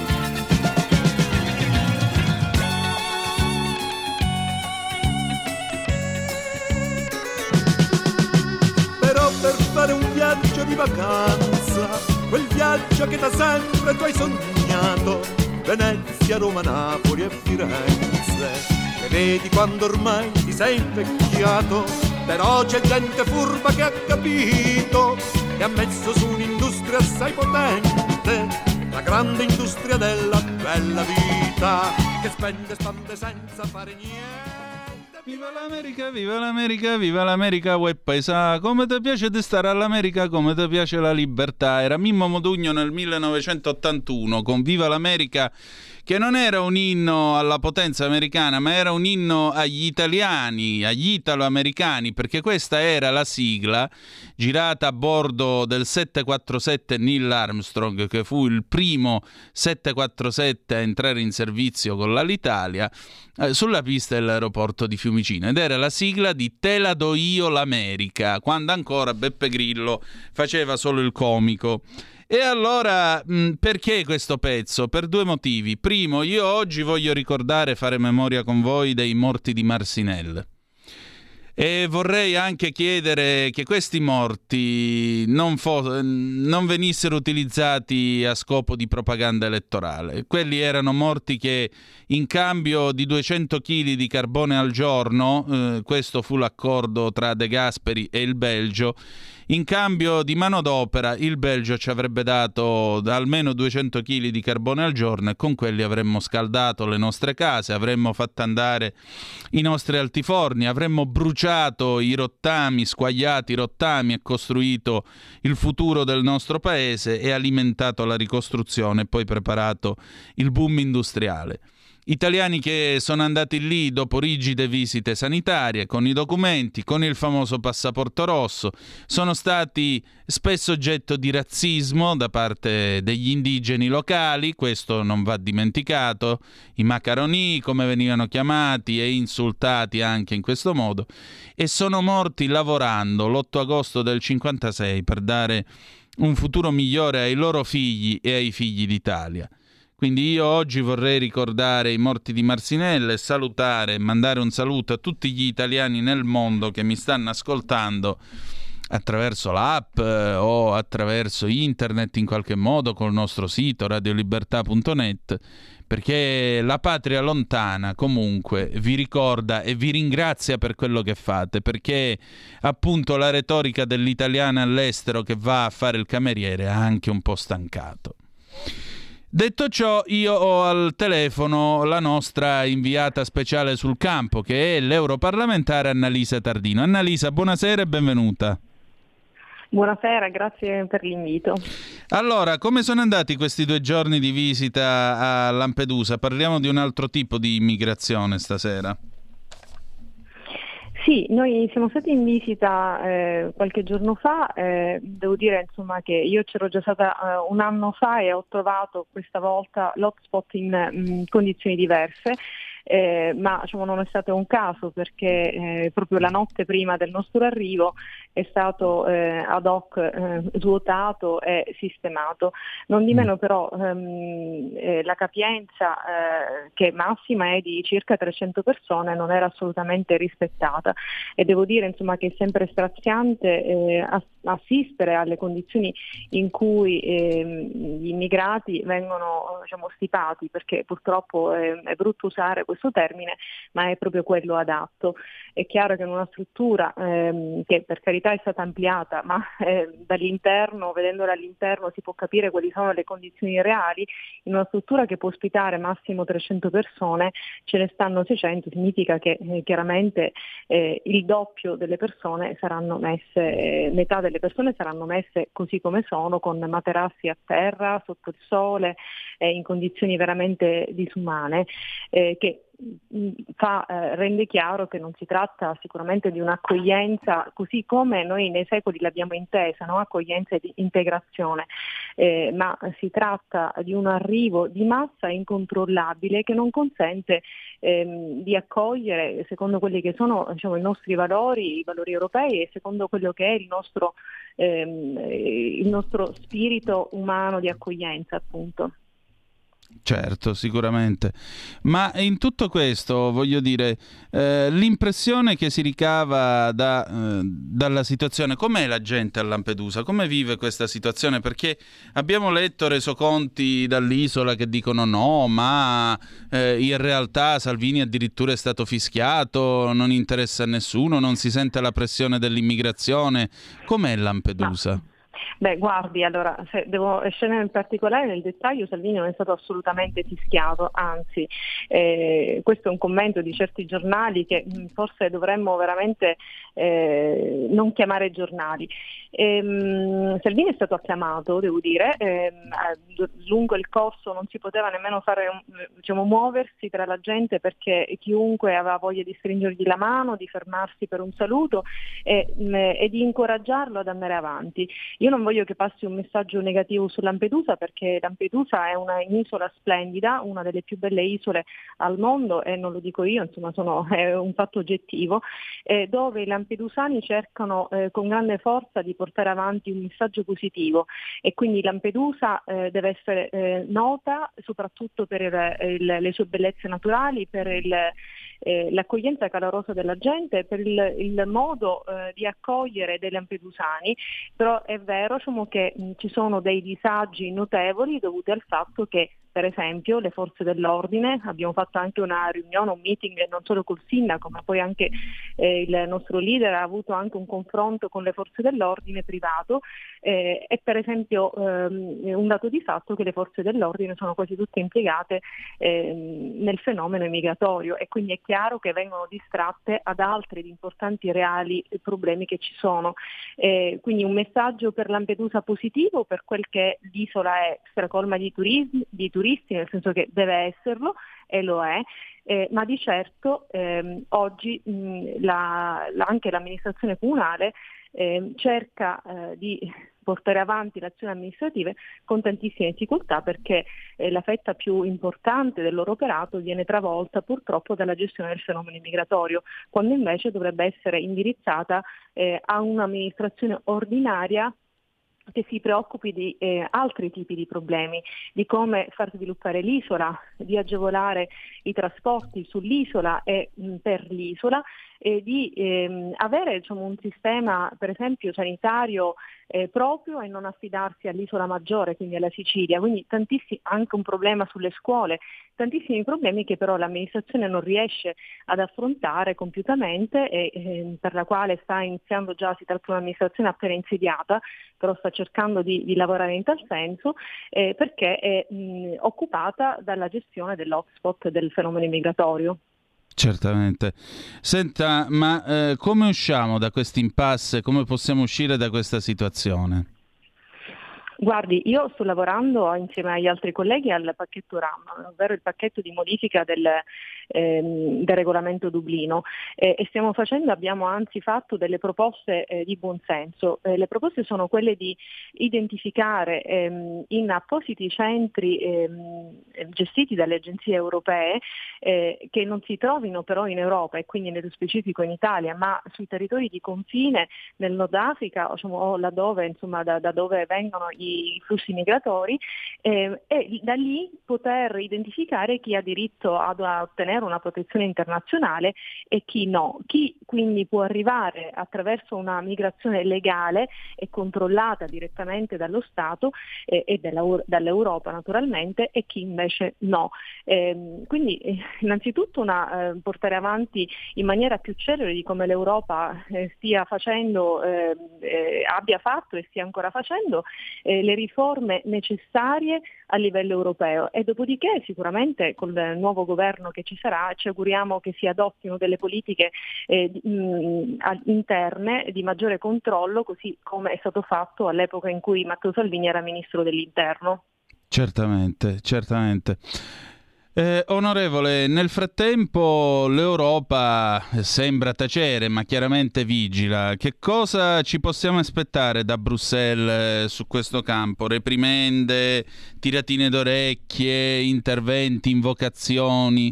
Per fare un viaggio di vacanza, quel viaggio che da sempre tu hai sognato, Venezia, Roma, Napoli e Firenze, e vedi quando ormai ti sei invecchiato, però c'è gente furba che ha capito e ha messo su un'industria assai potente, la grande industria della bella vita, che spende senza fare niente. Viva l'America, viva l'America, viva l'America, uè paesà, come ti piace di stare all'America, come ti piace la libertà. Era Mimmo Modugno nel 1981 con Viva l'America, che non era un inno alla potenza americana, ma era un inno agli italiani, agli italo-americani, perché questa era la sigla girata a bordo del 747 Neil Armstrong, che fu il primo 747 a entrare in servizio con l'Alitalia sulla pista dell'aeroporto di Fiumicino, ed era la sigla di Te la do io l'America, quando ancora Beppe Grillo faceva solo il comico. E allora, perché questo pezzo? Per 2 motivi. Primo, io oggi voglio ricordare, fare memoria con voi dei morti di Marcinelle. E vorrei anche chiedere che questi morti non venissero utilizzati a scopo di propaganda elettorale. Quelli erano morti che in cambio di 200 kg di carbone al giorno, questo fu l'accordo tra De Gasperi e il Belgio, in cambio di manodopera il Belgio ci avrebbe dato almeno 200 kg di carbone al giorno e con quelli avremmo scaldato le nostre case, avremmo fatto andare i nostri altiforni, avremmo bruciato i rottami, squagliati i rottami e costruito il futuro del nostro paese e alimentato la ricostruzione e poi preparato il boom industriale. Italiani che sono andati lì dopo rigide visite sanitarie, con i documenti, con il famoso passaporto rosso, sono stati spesso oggetto di razzismo da parte degli indigeni locali, questo non va dimenticato, i macaroni come venivano chiamati e insultati anche in questo modo, e sono morti lavorando l'8 agosto del 56 per dare un futuro migliore ai loro figli e ai figli d'Italia. Quindi io oggi vorrei ricordare i morti di Marcinelle e mandare un saluto a tutti gli italiani nel mondo che mi stanno ascoltando attraverso l'app o attraverso internet in qualche modo col nostro sito radiolibertà.net, perché la patria lontana comunque vi ricorda e vi ringrazia per quello che fate, perché appunto la retorica dell'italiano all'estero che va a fare il cameriere ha anche un po' stancato. Detto ciò, io ho al telefono la nostra inviata speciale sul campo, che è l'europarlamentare Annalisa Tardino. Annalisa, buonasera e benvenuta. Buonasera, grazie per l'invito. Allora, come sono andati questi 2 giorni di visita a Lampedusa? Parliamo di un altro tipo di immigrazione stasera. Sì, noi siamo stati in visita qualche giorno fa, devo dire insomma che io c'ero già stata un anno fa e ho trovato questa volta l'hotspot in condizioni diverse. Ma diciamo, non è stato un caso perché proprio la notte prima del nostro arrivo è stato ad hoc svuotato e sistemato. Non di meno però la capienza che massima è di circa 300 persone non era assolutamente rispettata e devo dire insomma che è sempre straziante assistere alle condizioni in cui gli immigrati vengono diciamo, stipati, perché purtroppo è brutto usare questo termine, ma è proprio quello adatto. È chiaro che in una struttura che per carità è stata ampliata, ma dall'interno, vedendola all'interno, si può capire quali sono le condizioni reali. In una struttura che può ospitare massimo 300 persone, ce ne stanno 600, significa che chiaramente il doppio delle persone saranno messe, metà delle persone saranno messe così come sono, con materassi a terra, sotto il sole, in condizioni veramente disumane, che rende chiaro che non si tratta sicuramente di un'accoglienza così come noi nei secoli l'abbiamo intesa, no? Accoglienza e di integrazione, ma si tratta di un arrivo di massa incontrollabile che non consente di accogliere secondo quelli che sono diciamo, i nostri valori, i valori europei e secondo quello che è il nostro spirito umano di accoglienza, appunto. Certo, sicuramente. Ma in tutto questo, voglio dire, l'impressione che si ricava dalla situazione, com'è la gente a Lampedusa? Come vive questa situazione? Perché abbiamo letto resoconti dall'isola che dicono no, ma in realtà Salvini addirittura è stato fischiato, non interessa a nessuno, non si sente la pressione dell'immigrazione. Com'è Lampedusa? No. Beh, guardi, allora, se devo scendere in particolare nel dettaglio, Salvini non è stato assolutamente fischiato, anzi, questo è un commento di certi giornali che forse dovremmo veramente non chiamare giornali. Salvini è stato acclamato, devo dire, lungo il corso non si poteva nemmeno fare, muoversi tra la gente perché chiunque aveva voglia di stringergli la mano, di fermarsi per un saluto e di incoraggiarlo ad andare avanti. Io non voglio che passi un messaggio negativo su Lampedusa perché Lampedusa è un'isola splendida, una delle più belle isole al mondo e non lo dico io, insomma è un fatto oggettivo, dove i lampedusani cercano con grande forza di portare avanti un messaggio positivo e quindi Lampedusa deve essere nota soprattutto per le sue bellezze naturali, per l'accoglienza calorosa della gente, per il modo di accogliere dei lampedusani, però è vero che ci sono dei disagi notevoli dovuti al fatto che per esempio le forze dell'ordine, abbiamo fatto anche una riunione, un meeting non solo col sindaco ma poi anche il nostro leader ha avuto anche un confronto con le forze dell'ordine privato e per esempio un dato di fatto che le forze dell'ordine sono quasi tutte impiegate nel fenomeno immigratorio e quindi è chiaro che vengono distratte ad altri importanti reali problemi che ci sono. Quindi un messaggio per Lampedusa positivo per quel che l'isola è stracolma di turisti, nel senso che deve esserlo e lo è, ma di certo oggi anche l'amministrazione comunale cerca di portare avanti le azioni amministrative con tantissime difficoltà perché la fetta più importante del loro operato viene travolta purtroppo dalla gestione del fenomeno immigratorio, quando invece dovrebbe essere indirizzata a un'amministrazione ordinaria che si preoccupi di altri tipi di problemi, di come far sviluppare l'isola, di agevolare i trasporti sull'isola e per l'isola e di avere un sistema per esempio sanitario proprio e non affidarsi all'isola maggiore, quindi alla Sicilia, quindi anche un problema sulle scuole, tantissimi problemi che però l'amministrazione non riesce ad affrontare compiutamente e per la quale sta iniziando già, si tratta di un'amministrazione appena insediata, però sta cercando di lavorare in tal senso perché è occupata dalla gestione dell'hotspot del fenomeno immigratorio. Certamente. Senta, ma come usciamo da questo impasse? Come possiamo uscire da questa situazione? Guardi, io sto lavorando insieme agli altri colleghi al pacchetto RAM, ovvero il pacchetto di modifica del regolamento Dublino, e abbiamo anzi fatto delle proposte di buonsenso. Le proposte sono quelle di identificare in appositi centri gestiti dalle agenzie europee, che non si trovino però in Europa e quindi nello specifico in Italia, ma sui territori di confine nel Nord Africa, o laddove, insomma, da dove vengono i flussi migratori, e da lì poter identificare chi ha diritto a ottenere una protezione internazionale e chi no, chi quindi può arrivare attraverso una migrazione legale e controllata direttamente dallo Stato e dall'Europa naturalmente, e chi invece no. Quindi innanzitutto portare avanti in maniera più celere di come l'Europa stia facendo, abbia fatto e stia ancora facendo le riforme necessarie a livello europeo, e dopodiché sicuramente con il nuovo governo che ci sarà ci auguriamo che si adottino delle politiche interne di maggiore controllo, così come è stato fatto all'epoca in cui Matteo Salvini era ministro dell'Interno. Certamente, certamente. Onorevole, nel frattempo l'Europa sembra tacere, ma chiaramente vigila. Che cosa ci possiamo aspettare da Bruxelles su questo campo? Reprimende, tiratine d'orecchie, interventi, invocazioni?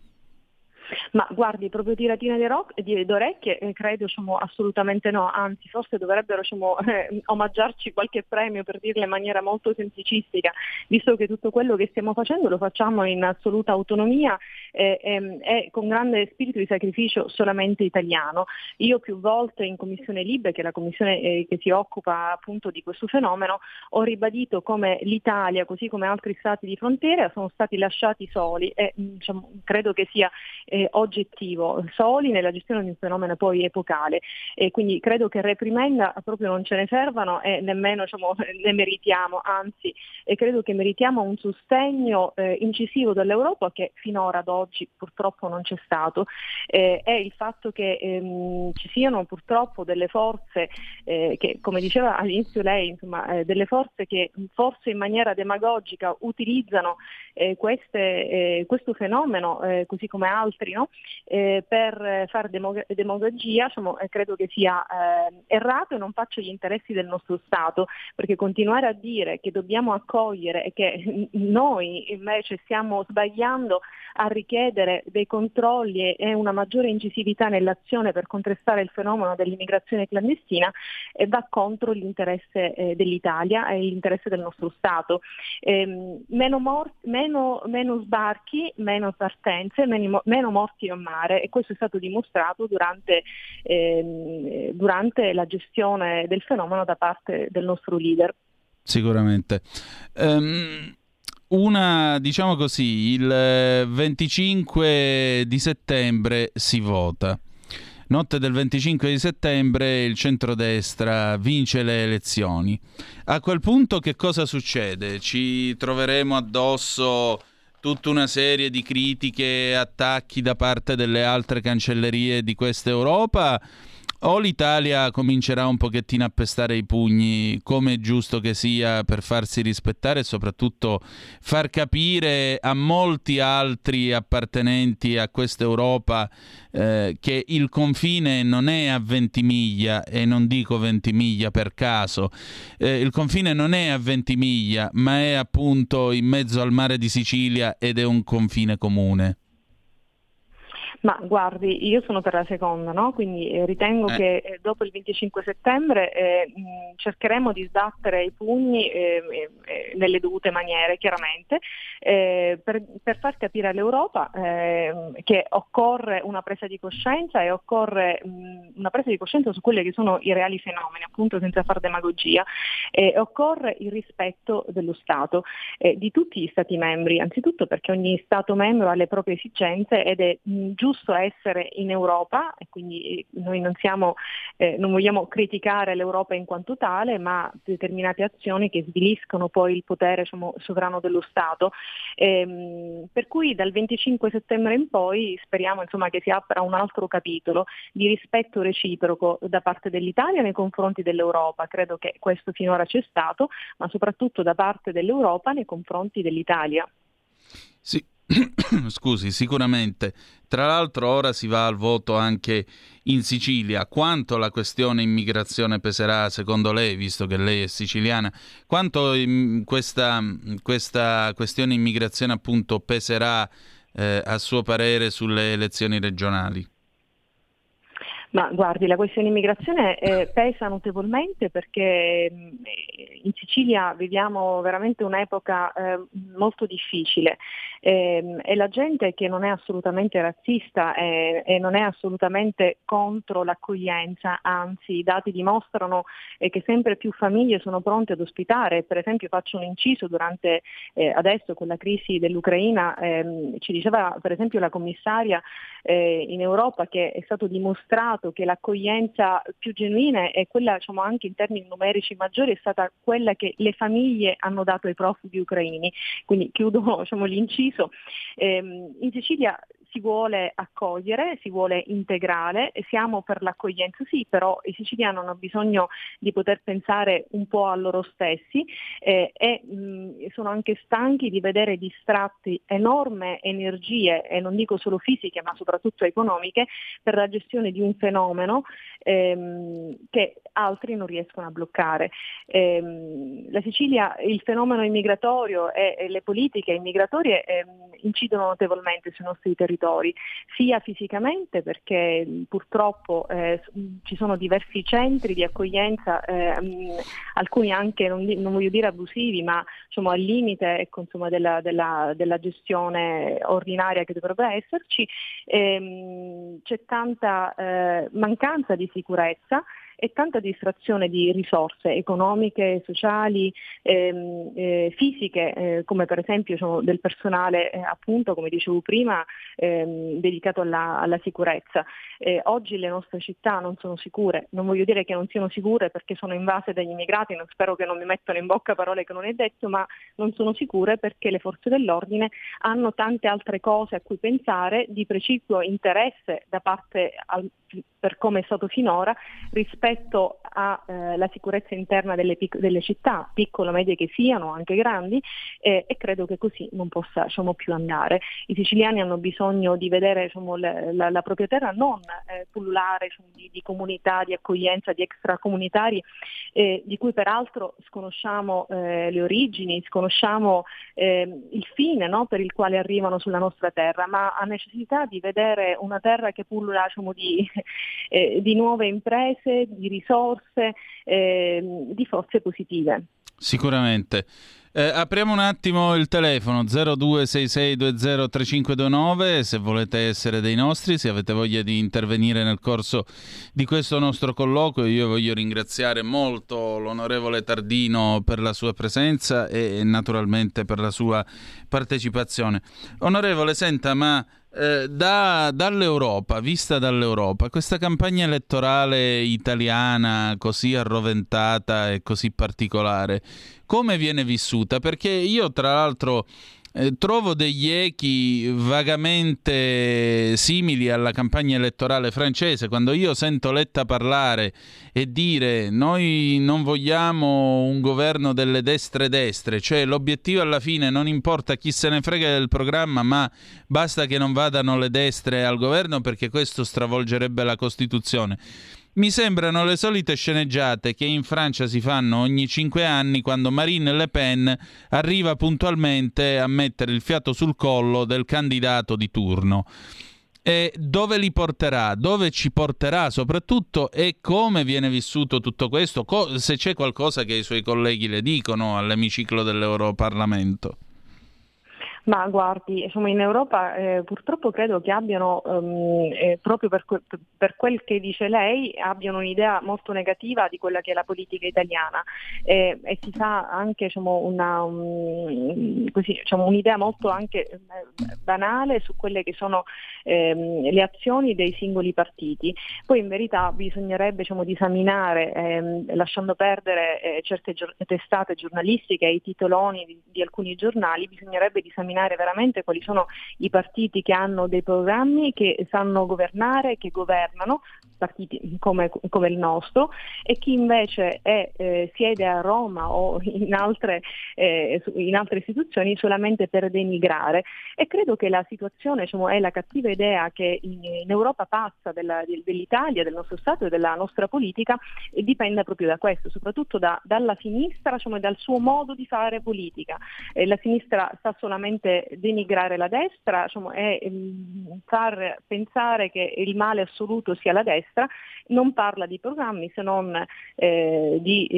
Ma guardi, proprio tiratine d'orecchie credo assolutamente no, anzi forse dovrebbero omaggiarci qualche premio, per dirla in maniera molto semplicistica, visto che tutto quello che stiamo facendo lo facciamo in assoluta autonomia e con grande spirito di sacrificio solamente italiano. Io più volte in Commissione Libe, che è la commissione che si occupa appunto di questo fenomeno, ho ribadito come l'Italia, così come altri stati di frontiera, sono stati lasciati soli e credo che sia oggettivo, soli nella gestione di un fenomeno poi epocale, e quindi credo che reprimenda proprio non ce ne servano e nemmeno ne meritiamo, anzi credo che meritiamo un sostegno incisivo dall'Europa che finora ad oggi purtroppo non c'è stato, è il fatto che ci siano purtroppo delle forze che, come diceva all'inizio lei, insomma, delle forze che forse in maniera demagogica utilizzano questo fenomeno, così come altri, no? Per fare demagogia, credo che sia errato e non faccia gli interessi del nostro Stato, perché continuare a dire che dobbiamo accogliere e che noi invece stiamo sbagliando a richiedere dei controlli e una maggiore incisività nell'azione per contrastare il fenomeno dell'immigrazione clandestina va contro l'interesse dell'Italia e l'interesse del nostro Stato. Meno sbarchi, meno partenze, meno morti in mare, e questo è stato dimostrato durante la gestione del fenomeno da parte del nostro leader. Sicuramente. Diciamo così, il 25 di settembre si vota. Notte del 25 di settembre il centrodestra vince le elezioni. A quel punto che cosa succede? Ci troveremo addosso tutta una serie di critiche e attacchi da parte delle altre cancellerie di questa Europa, o l'Italia comincerà un pochettino a pestare i pugni, come è giusto che sia, per farsi rispettare e soprattutto far capire a molti altri appartenenti a questa Europa che il confine non è a Ventimiglia, e non dico Ventimiglia per caso, il confine non è a Ventimiglia, ma è appunto in mezzo al mare di Sicilia ed è un confine comune. Ma guardi, io sono per la seconda, no? Quindi ritengo che dopo il 25 settembre cercheremo di sbattere i pugni nelle dovute maniere, chiaramente, per far capire all'Europa che occorre una presa di coscienza, e occorre una presa di coscienza su quelli che sono i reali fenomeni, appunto senza far demagogia, e occorre il rispetto dello Stato, di tutti gli Stati membri, anzitutto perché ogni Stato membro ha le proprie esigenze ed è giusto giusto essere in Europa, e quindi noi non vogliamo criticare l'Europa in quanto tale, ma determinate azioni che sviliscono poi il potere sovrano dello Stato. Per cui dal 25 settembre in poi speriamo che si apra un altro capitolo di rispetto reciproco da parte dell'Italia nei confronti dell'Europa. Credo che questo finora c'è stato, ma soprattutto da parte dell'Europa nei confronti dell'Italia. Sì. Scusi, sicuramente. Tra l'altro ora si va al voto anche in Sicilia. Quanto la questione immigrazione peserà, secondo lei, visto che lei è siciliana, quanto questa questione immigrazione appunto peserà a suo parere sulle elezioni regionali? Ma guardi, la questione immigrazione pesa notevolmente perché in Sicilia viviamo veramente un'epoca molto difficile e la gente che non è assolutamente razzista e non è assolutamente contro l'accoglienza, anzi i dati dimostrano che sempre più famiglie sono pronte ad ospitare. Per esempio faccio un inciso, durante adesso con la crisi dell'Ucraina ci diceva per esempio la commissaria in Europa che è stato dimostrato che l'accoglienza più genuina è quella, anche in termini numerici maggiori, è stata quella che le famiglie hanno dato ai profughi ucraini. Quindi chiudo l'inciso. In Sicilia si vuole accogliere, si vuole integrare, e siamo per l'accoglienza sì, però i siciliani hanno bisogno di poter pensare un po' a loro stessi e sono anche stanchi di vedere distratti enormi energie, e non dico solo fisiche ma soprattutto economiche, per la gestione di un fenomeno che altri non riescono a bloccare. La Sicilia, il fenomeno immigratorio e le politiche immigratorie incidono notevolmente sui nostri territori, sia fisicamente perché purtroppo ci sono diversi centri di accoglienza, alcuni anche non voglio dire abusivi, ma al limite della gestione ordinaria che dovrebbe esserci. C'è tanta mancanza di sicurezza e tanta distrazione di risorse economiche, sociali, fisiche, come per esempio del personale appunto, come dicevo prima, dedicato alla sicurezza. Oggi le nostre città non sono sicure, non voglio dire che non siano sicure perché sono invase dagli immigrati, non spero che non mi mettano in bocca parole che non è detto, ma non sono sicure perché le forze dell'ordine hanno tante altre cose a cui pensare, di precipuo interesse da parte per come è stato finora rispetto alla sicurezza interna delle città, piccole o medie che siano, anche grandi, e credo che così non possa più andare. I siciliani hanno bisogno di vedere la propria terra non pullulare di comunità di accoglienza, di extracomunitari, di cui peraltro sconosciamo le origini, sconosciamo il fine, no, per il quale arrivano sulla nostra terra, ma ha necessità di vedere una terra che pullula di nuove imprese, di risorse, di forze positive. Sicuramente. Apriamo un attimo il telefono 0266203529 se volete essere dei nostri, se avete voglia di intervenire nel corso di questo nostro colloquio. Io voglio ringraziare molto l'onorevole Tardino per la sua presenza e naturalmente per la sua partecipazione. Onorevole, senta, ma dall'Europa, vista dall'Europa, questa campagna elettorale italiana così arroventata e così particolare, come viene vissuta? Perché io tra l'altro trovo degli echi vagamente simili alla campagna elettorale francese. Quando io sento Letta parlare e dire noi non vogliamo un governo delle destre, cioè l'obiettivo alla fine non importa chi se ne frega del programma, ma basta che non vadano le destre al governo perché questo stravolgerebbe la Costituzione. Mi sembrano le solite sceneggiate che in Francia si fanno ogni 5 anni quando Marine Le Pen arriva puntualmente a mettere il fiato sul collo del candidato di turno. E dove li porterà? Dove ci porterà soprattutto? E come viene vissuto tutto questo? Se c'è qualcosa che i suoi colleghi le dicono all'emiciclo dell'Europarlamento. Ma guardi, insomma, in Europa purtroppo credo che abbiano, proprio per quel che dice lei, abbiano un'idea molto negativa di quella che è la politica italiana e si fa anche un'idea molto anche banale su quelle che sono le azioni dei singoli partiti. Poi in verità bisognerebbe diseminare, lasciando perdere certe testate giornalistiche e i titoloni di alcuni giornali, bisognerebbe diseminare veramente quali sono i partiti che hanno dei programmi, che sanno governare, che governano, partiti come il nostro, e chi invece siede a Roma o in altre istituzioni solamente per denigrare. E credo che la situazione è la cattiva idea che in Europa passa dell'Italia, del nostro Stato e della nostra politica, e dipenda proprio da questo, soprattutto dalla sinistra, dal suo modo di fare politica. La sinistra sa solamente denigrare la destra, e far pensare che il male assoluto sia la destra, non parla di programmi se non di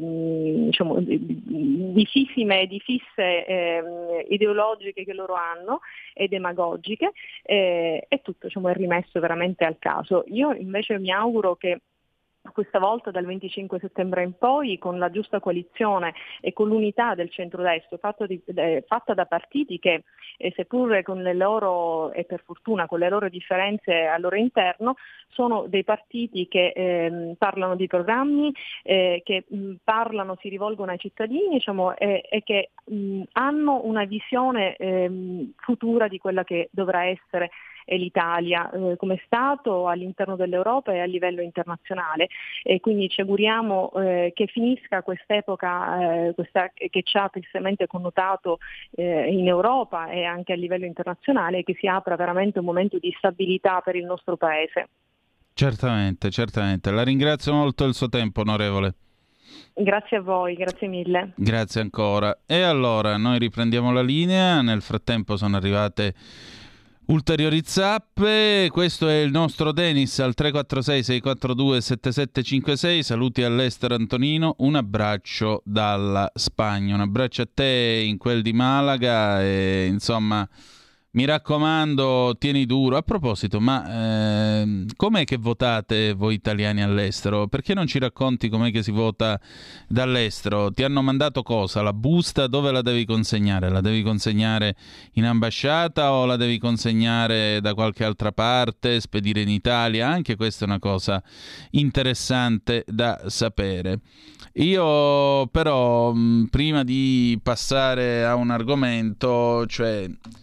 fisse ideologiche che loro hanno e demagogiche, e tutto è rimesso veramente al caso. Io invece mi auguro che questa volta dal 25 settembre in poi, con la giusta coalizione e con l'unità del centrodestra fatta da partiti che, seppur con le loro, e per fortuna con le loro differenze al loro interno, sono dei partiti che parlano di programmi, che si rivolgono ai cittadini, e che hanno una visione futura di quella che dovrà essere l'Italia come Stato all'interno dell'Europa e a livello internazionale, e quindi ci auguriamo che finisca quest'epoca che ci ha tristemente connotato in Europa e anche a livello internazionale, e che si apra veramente un momento di stabilità per il nostro Paese. Certamente. La ringrazio molto del suo tempo, onorevole. Grazie a voi, grazie mille. Grazie ancora. E allora, noi riprendiamo la linea. Nel frattempo sono arrivate ulteriori zappe. Questo è il nostro Denis al 346-642-7756. Saluti all'estero, Antonino. Un abbraccio dalla Spagna. Un abbraccio a te in quel di Malaga. E, insomma, mi raccomando, tieni duro. A proposito, ma com'è che votate voi italiani all'estero? Perché non ci racconti com'è che si vota dall'estero? Ti hanno mandato cosa? La busta? Dove la devi consegnare? La devi consegnare in ambasciata o la devi consegnare da qualche altra parte, spedire in Italia? Anche questa è una cosa interessante da sapere. Io però, prima di passare a un argomento, cioè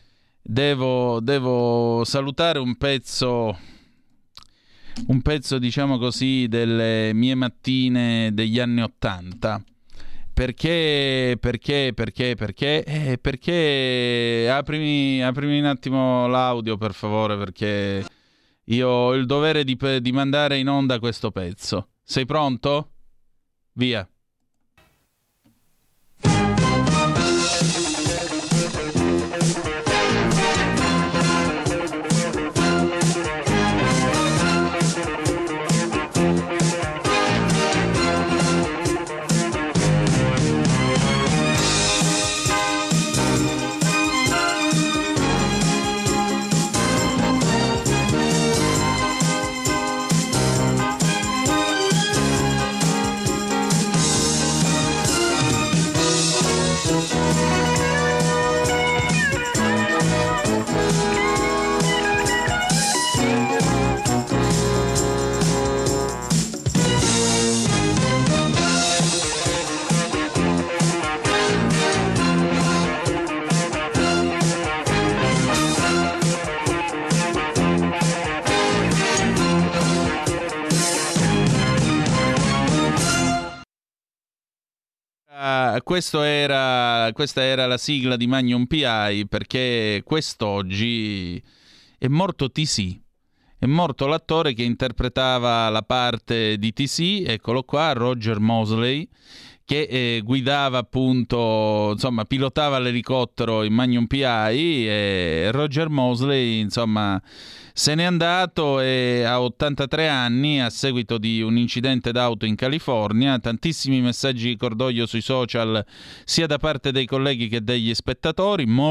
devo salutare un pezzo, diciamo così, delle mie mattine degli anni '80. Perché aprimi un attimo l'audio, per favore, perché io ho il dovere di mandare in onda questo pezzo. Sei pronto? Via. Questa era la sigla di Magnum P.I. perché quest'oggi è morto TC. È morto l'attore che interpretava la parte di TC, eccolo qua, Roger Mosley, che guidava appunto, insomma, pilotava l'elicottero in Magnum P.I. e Roger Mosley, insomma, se n'è andato e a 83 anni a seguito di un incidente d'auto in California. Tantissimi messaggi di cordoglio sui social sia da parte dei colleghi che degli spettatori,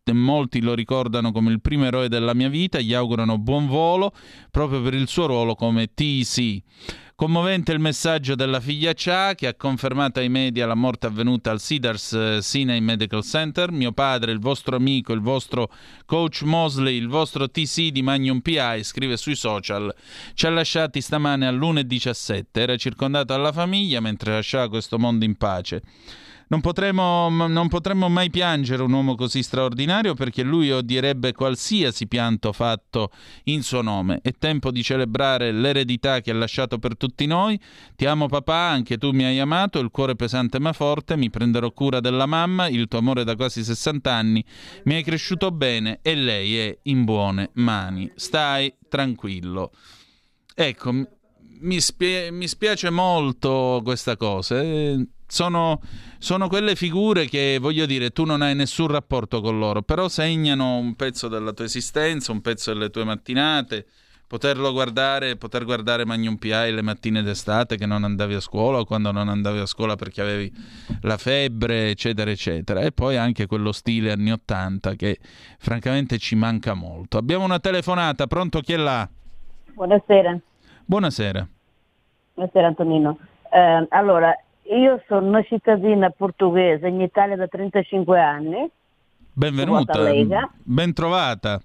molti lo ricordano come il primo eroe della mia vita, gli augurano buon volo proprio per il suo ruolo come TC. Commovente il messaggio della figlia Cha, che ha confermato ai media la morte avvenuta al Cedars Sinai Medical Center. Mio padre, il vostro amico, il vostro coach Mosley, il vostro TC di Magnum PI, scrive sui social, ci ha lasciati stamane all'1:17. Era circondato dalla famiglia mentre lasciava questo mondo in pace. Non potremmo mai piangere un uomo così straordinario, perché lui odierebbe qualsiasi pianto fatto in suo nome. È tempo di celebrare l'eredità che ha lasciato per tutti noi. Ti amo papà, anche tu mi hai amato, il cuore pesante ma forte, mi prenderò cura della mamma, il tuo amore da quasi 60 anni, mi hai cresciuto bene e lei è in buone mani. Stai tranquillo. Ecco, mi spiace molto questa cosa. Sono quelle figure che, voglio dire, tu non hai nessun rapporto con loro, però segnano un pezzo della tua esistenza, un pezzo delle tue mattinate. Poter guardare Magnum PI le mattine d'estate che non andavi a scuola, o quando non andavi a scuola perché avevi la febbre, eccetera eccetera. E poi anche quello stile anni 80 che francamente ci manca molto. Abbiamo una telefonata, pronto, chi è là? Buonasera. Buonasera Antonino. Allora, io sono una cittadina portoghese in Italia da 35 anni. Benvenuta, ben trovata.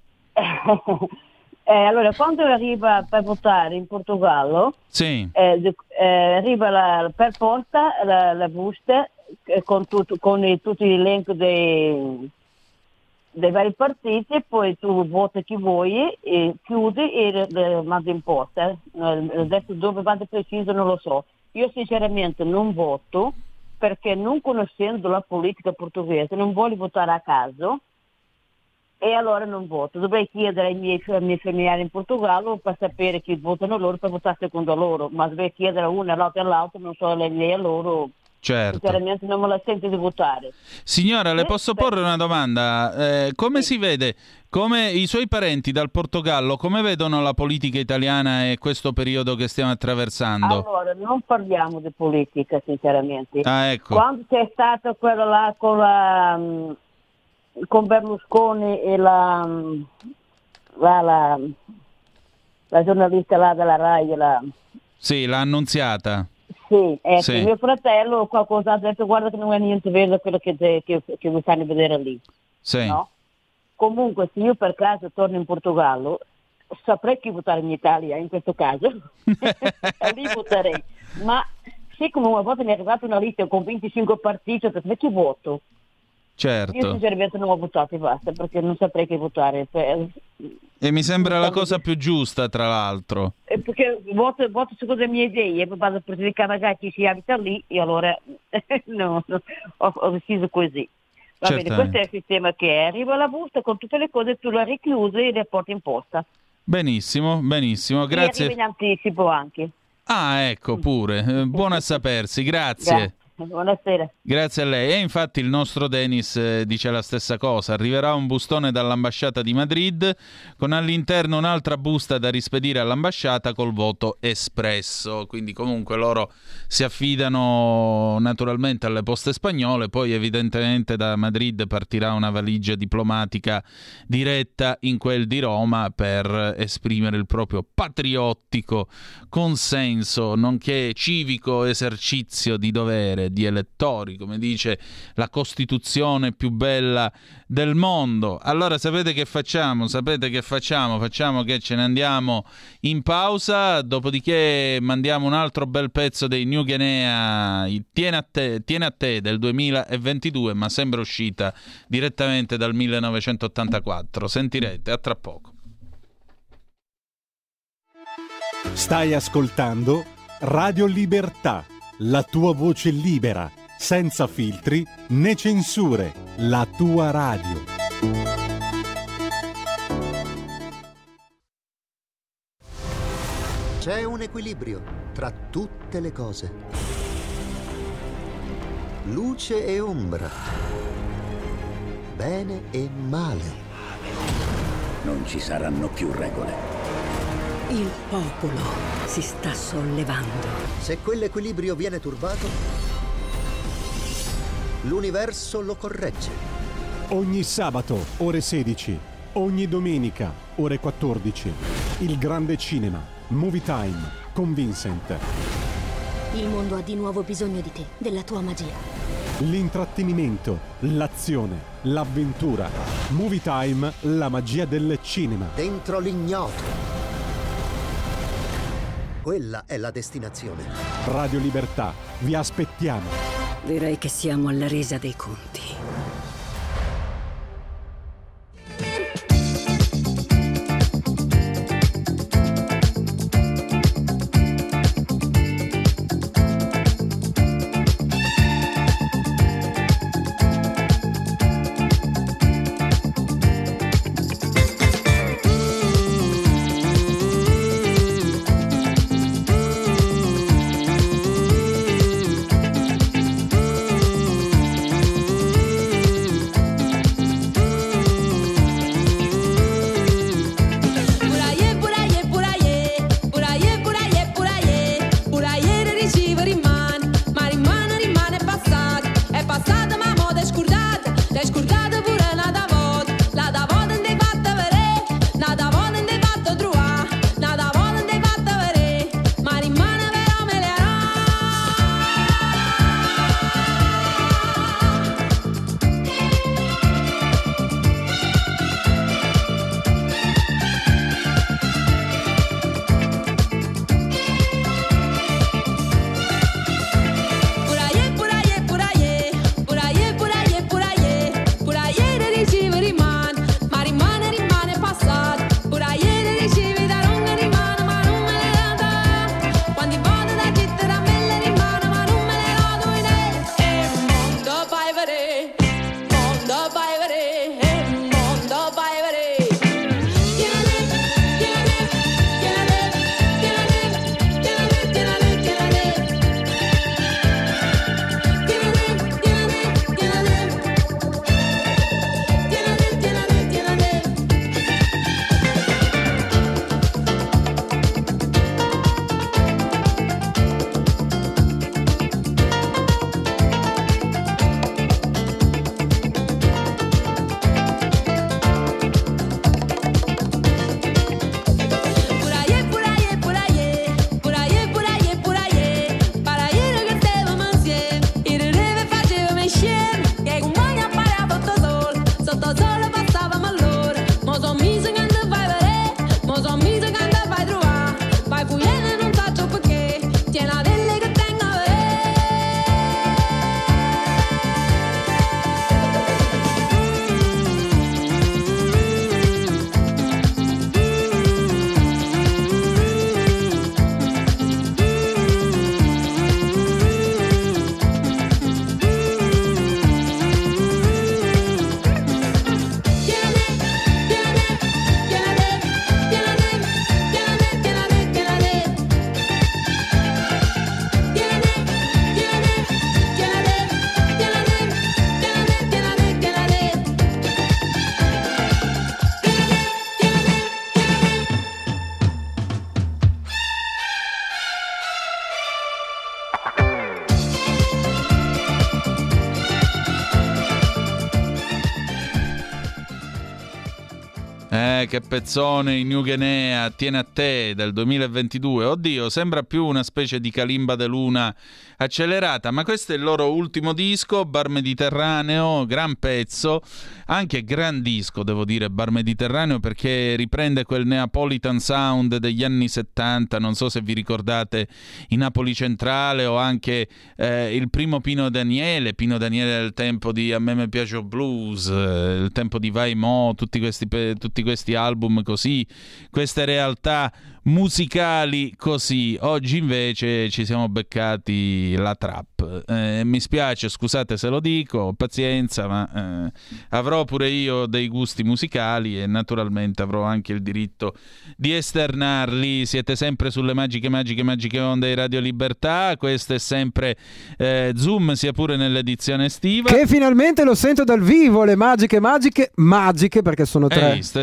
Allora, quando arriva per votare in Portogallo, sì. Arriva per posta la busta con tutti gli elenchi dei vari partiti, poi tu voti chi vuoi, e chiudi e mandi in posta. Adesso dove vado preciso non lo so. Io sinceramente non voto, perché non conoscendo la politica portoghese non voglio votare a caso, e allora non voto. Dovrei chiedere ai miei familiari in Portogallo per sapere chi votano loro, per votare secondo loro, ma dovrei chiedere a uno, all'altro, non so lei a loro. Certo. Sinceramente non me la sento di votare. Signora, le posso porre una domanda? Come si vede, come i suoi parenti dal Portogallo, come vedono la politica italiana e questo periodo che stiamo attraversando? Allora, non parliamo di politica, sinceramente. Ah, ecco. Quando c'è stata quella là con Berlusconi e la giornalista là della Rai, Sì, l'ha annunziata. Sì, sì. Mio fratello qualcosa ha detto, guarda che non è niente vero quello che vi fanno vedere lì. Sì. No? Comunque, se io per caso torno in Portogallo, saprei chi votare in Italia in questo caso. Lì voterei. Ma siccome una volta mi è arrivata una lista con 25 partiti, ho detto, ma chi voto? Certo. Io sinceramente non ho votato e basta, perché non saprei che votare. E mi sembra la cosa più giusta, tra l'altro. Perché voto secondo le mie idee, e poi vado a pregiudicare magari chi si abita lì, e allora no, ho deciso così. Va bene, questo è il sistema che è. Arriva la busta con tutte le cose, tu la richiusi e le porti in posta. Benissimo, grazie. E arriva in anticipo anche. Ah, ecco, pure. Buono a sapersi, grazie. Buonasera. Grazie a lei. E infatti il nostro Denis dice la stessa cosa. Arriverà un bustone dall'ambasciata di Madrid con all'interno un'altra busta da rispedire all'ambasciata col voto espresso. Quindi comunque loro si affidano naturalmente alle poste spagnole, poi evidentemente da Madrid partirà una valigia diplomatica diretta in quel di Roma per esprimere il proprio patriottico consenso, nonché civico esercizio di dovere di elettori, come dice la Costituzione più bella del mondo. Allora sapete che facciamo? Facciamo che ce ne andiamo in pausa, dopodiché mandiamo un altro bel pezzo dei New Guinea, Tieni a te del 2022, ma sembra uscita direttamente dal 1984. Sentirete, a tra poco. Stai ascoltando Radio Libertà, la tua voce libera, senza filtri né censure, la tua radio. C'è un equilibrio tra tutte le cose. Luce e ombra. Bene e male. Non ci saranno più regole. Il popolo si sta sollevando. Se quell'equilibrio viene turbato, l'universo lo corregge. Ogni sabato, ore 16. Ogni domenica, ore 14. Il grande cinema, Movie Time, con Vincent. Il mondo ha di nuovo bisogno di te, della tua magia. L'intrattenimento, l'azione, l'avventura. Movie Time, la magia del cinema. Dentro l'ignoto. Quella è la destinazione. Radio Libertà, vi aspettiamo. Direi che siamo alla resa dei conti. Che pezzone, in New Guinea, Tiene a te, del 2022. Oddio, sembra più una specie di Kalimba de Luna accelerata, ma questo è il loro ultimo disco, Bar Mediterraneo, gran pezzo, anche gran disco, devo dire, Bar Mediterraneo, perché riprende quel Neapolitan sound degli anni 70, non so se vi ricordate i Napoli Centrale o anche il primo Pino Daniele del tempo di A me piace blues, il tempo di Vai Mo, tutti questi album così, queste realtà musicali così. Oggi invece ci siamo beccati la trap. Mi spiace, scusate se lo dico, pazienza, ma avrò pure io dei gusti musicali e naturalmente avrò anche il diritto di esternarli. Siete sempre sulle magiche onde di Radio Libertà. Questo è sempre Zoom, sia pure nell'edizione estiva, che finalmente lo sento dal vivo. Le magiche perché sono tre.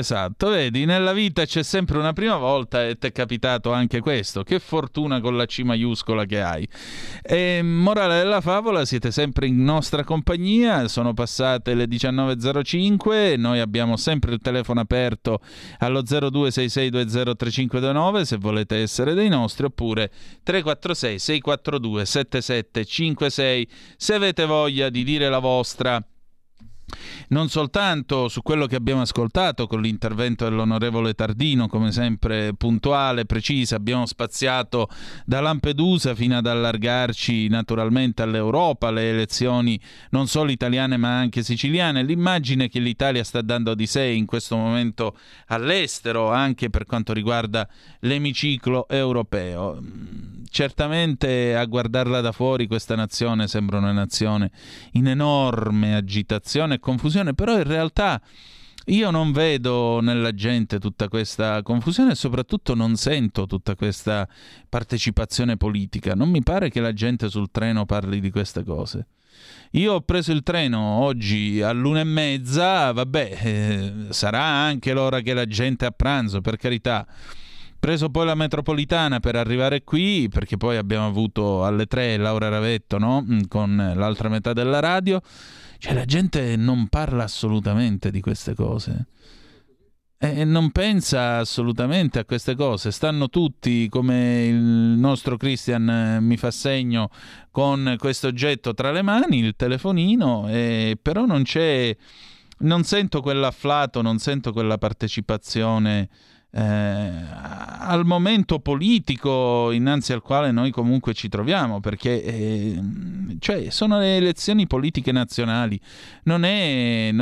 Esatto, vedi, nella vita c'è sempre una prima volta e ti è capitato anche questo. Che fortuna con la C maiuscola che hai. E morale della favola, siete sempre in nostra compagnia, sono passate le 19.05, noi abbiamo sempre il telefono aperto allo 0266203529 se volete essere dei nostri, oppure 346 642 7756 se avete voglia di dire la vostra. Non soltanto su quello che abbiamo ascoltato con l'intervento dell'onorevole Tardino, come sempre puntuale, precisa, abbiamo spaziato da Lampedusa fino ad allargarci naturalmente all'Europa, le elezioni non solo italiane ma anche siciliane, l'immagine che l'Italia sta dando di sé in questo momento all'estero, anche per quanto riguarda l'emiciclo europeo. Certamente a guardarla da fuori questa nazione sembra una nazione in enorme agitazione e confusione, però in realtà io non vedo nella gente tutta questa confusione e soprattutto non sento tutta questa partecipazione politica. Non mi pare che la gente sul treno parli di queste cose. Io ho preso il treno oggi all'1:30, vabbè, sarà anche l'ora che la gente è a pranzo, per carità. Preso poi la metropolitana per arrivare qui, perché poi abbiamo avuto alle 3 Laura Ravetto, no? Con l'altra metà della radio. Cioè la gente non parla assolutamente di queste cose e non pensa assolutamente a queste cose. Stanno tutti, come il nostro Christian mi fa segno, con questo oggetto tra le mani, il telefonino, però non sento quell'afflato, non sento quella partecipazione al momento politico innanzi al quale noi comunque ci troviamo, perché cioè sono le elezioni politiche nazionali, non è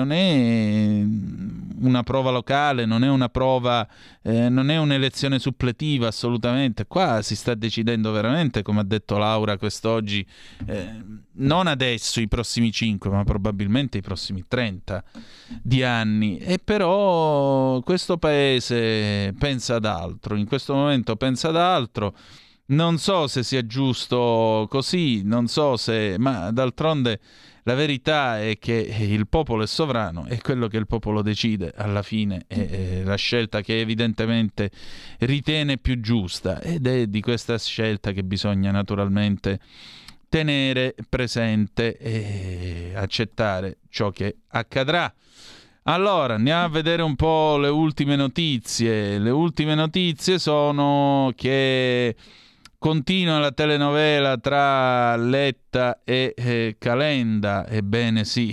una prova locale, non è una prova, non è un'elezione suppletiva, assolutamente. Qua si sta decidendo veramente, come ha detto Laura quest'oggi, non adesso i prossimi 5 ma probabilmente i prossimi 30 di anni. E però questo paese pensa ad altro, in questo momento pensa ad altro. Non so se sia giusto così, non so se, ma d'altronde la verità è che il popolo è sovrano e quello che il popolo decide alla fine è la scelta che evidentemente ritiene più giusta, ed è di questa scelta che bisogna naturalmente tenere presente e accettare ciò che accadrà. Allora, andiamo a vedere un po' le ultime notizie. Le ultime notizie sono che continua la telenovela tra Letta e Calenda. Ebbene sì.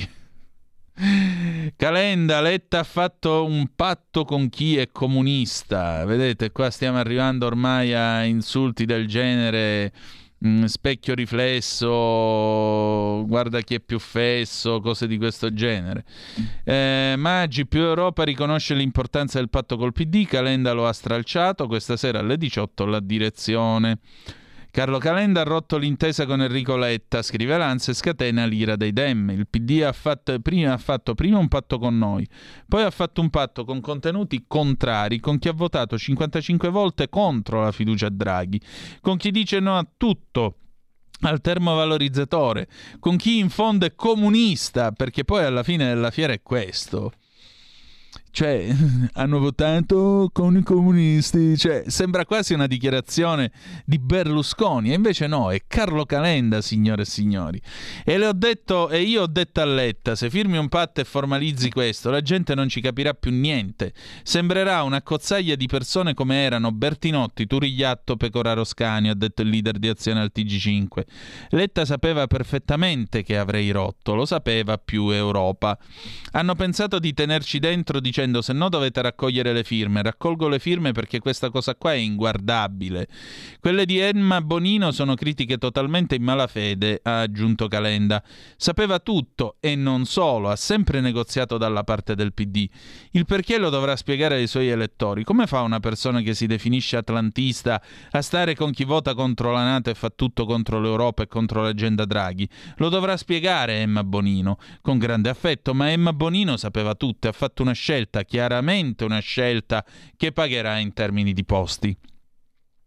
Letta ha fatto un patto con chi è comunista. Vedete, qua stiamo arrivando ormai a insulti del genere... specchio riflesso, guarda chi è più fesso, cose di questo genere. Maggi, più Europa riconosce l'importanza del patto col PD, Calenda lo ha stralciato, questa sera alle 18 la direzione. Carlo Calenda ha rotto l'intesa con Enrico Letta, scrive l'Ansa, e scatena l'ira dei Dem. Il PD ha fatto prima un patto con noi, poi ha fatto un patto con contenuti contrari, con chi ha votato 55 volte contro la fiducia a Draghi, con chi dice no a tutto, al termovalorizzatore, con chi in fondo è comunista, perché poi alla fine della fiera è questo. Cioè, hanno votato con i comunisti, cioè sembra quasi una dichiarazione di Berlusconi, e invece no, è Carlo Calenda, signore e signori. E io ho detto a Letta, se firmi un patto e formalizzi questo, la gente non ci capirà più niente, sembrerà una cozzaglia di persone come erano Bertinotti, Turigliatto, Pecoraro Scanio, ha detto il leader di Azione al TG5. Letta sapeva perfettamente che avrei rotto, lo sapeva più Europa. Hanno pensato di tenerci dentro dicendo se no dovete raccogliere le firme. Raccolgo le firme perché questa cosa qua è inguardabile. Quelle di Emma Bonino sono critiche totalmente in malafede, ha aggiunto Calenda. Sapeva tutto e non solo, ha sempre negoziato dalla parte del PD. Il perché lo dovrà spiegare ai suoi elettori. Come fa una persona che si definisce atlantista a stare con chi vota contro la NATO e fa tutto contro l'Europa e contro l'agenda Draghi? Lo dovrà spiegare Emma Bonino, con grande affetto, ma Emma Bonino sapeva tutto e ha fatto una scelta, chiaramente una scelta che pagherà in termini di posti.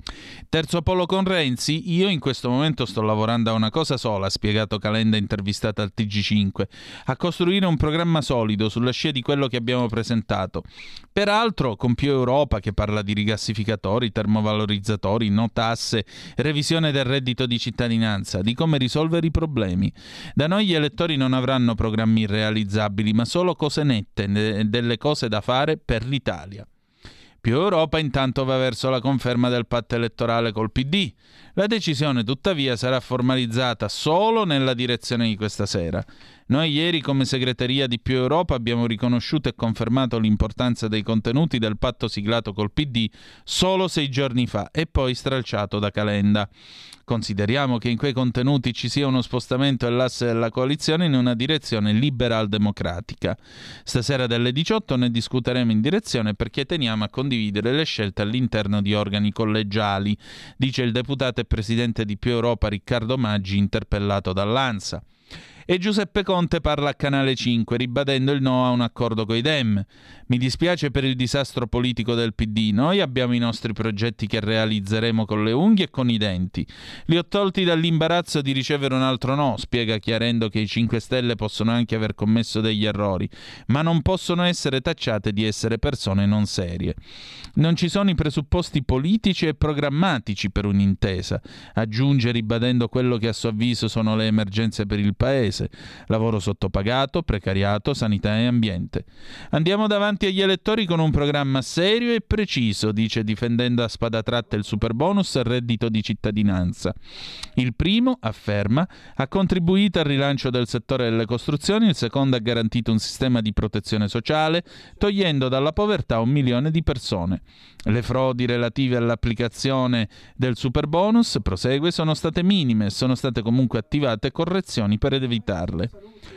Terzo polo con Renzi, io in questo momento sto lavorando a una cosa sola, ha spiegato Calenda intervistata al TG5, a costruire un programma solido sulla scia di quello che abbiamo presentato. Peraltro con più Europa, che parla di rigassificatori, termovalorizzatori, no tasse, revisione del reddito di cittadinanza, di come risolvere i problemi. Da noi gli elettori non avranno programmi irrealizzabili, ma solo cose nette, delle cose da fare per l'Italia. Più Europa intanto va verso la conferma del patto elettorale col PD. La decisione tuttavia sarà formalizzata solo nella direzione di questa sera. Noi ieri come segreteria di Più Europa abbiamo riconosciuto e confermato l'importanza dei contenuti del patto siglato col PD solo 6 giorni fa e poi stralciato da Calenda. Consideriamo che in quei contenuti ci sia uno spostamento dell'asse della coalizione in una direzione liberal-democratica. Stasera dalle 18 ne discuteremo in direzione perché teniamo a condividere le scelte all'interno di organi collegiali, dice il deputato e presidente di Più Europa Riccardo Maggi, interpellato dall'ANSA. E Giuseppe Conte parla a Canale 5, ribadendo il no a un accordo coi Dem. Mi dispiace per il disastro politico del PD. Noi abbiamo i nostri progetti che realizzeremo con le unghie e con i denti. Li ho tolti dall'imbarazzo di ricevere un altro no, spiega chiarendo che i 5 Stelle possono anche aver commesso degli errori, ma non possono essere tacciate di essere persone non serie. Non ci sono i presupposti politici e programmatici per un'intesa. Aggiunge ribadendo quello che a suo avviso sono le emergenze per il Paese. Lavoro sottopagato, precariato, sanità e ambiente. Andiamo davanti agli elettori con un programma serio e preciso, dice, difendendo a spada tratta il superbonus e il reddito di cittadinanza. Il primo, afferma, ha contribuito al rilancio del settore delle costruzioni, il secondo ha garantito un sistema di protezione sociale, togliendo dalla povertà 1 milione di persone. Le frodi relative all'applicazione del superbonus, prosegue, sono state minime e sono state comunque attivate correzioni per evitarle.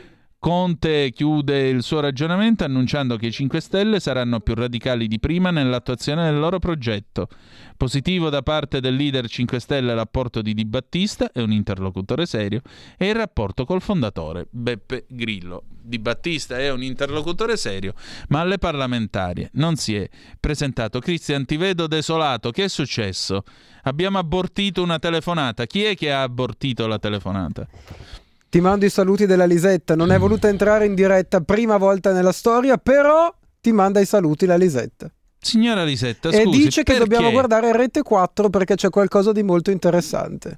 Conte chiude il suo ragionamento annunciando che i 5 Stelle saranno più radicali di prima nell'attuazione del loro progetto. Positivo da parte del leader 5 Stelle l'apporto di Di Battista, è un interlocutore serio, e il rapporto col fondatore Beppe Grillo. Di Battista è un interlocutore serio, ma alle parlamentari non si è presentato. Cristian, ti vedo desolato. Che è successo? Abbiamo abortito una telefonata. Chi è che ha abortito la telefonata? Ti mando i saluti della Lisetta, non è voluta entrare in diretta, prima volta nella storia, però ti manda i saluti la Lisetta. Signora Lisetta, scusi, e dice perché? Che dobbiamo guardare Rete 4 perché c'è qualcosa di molto interessante.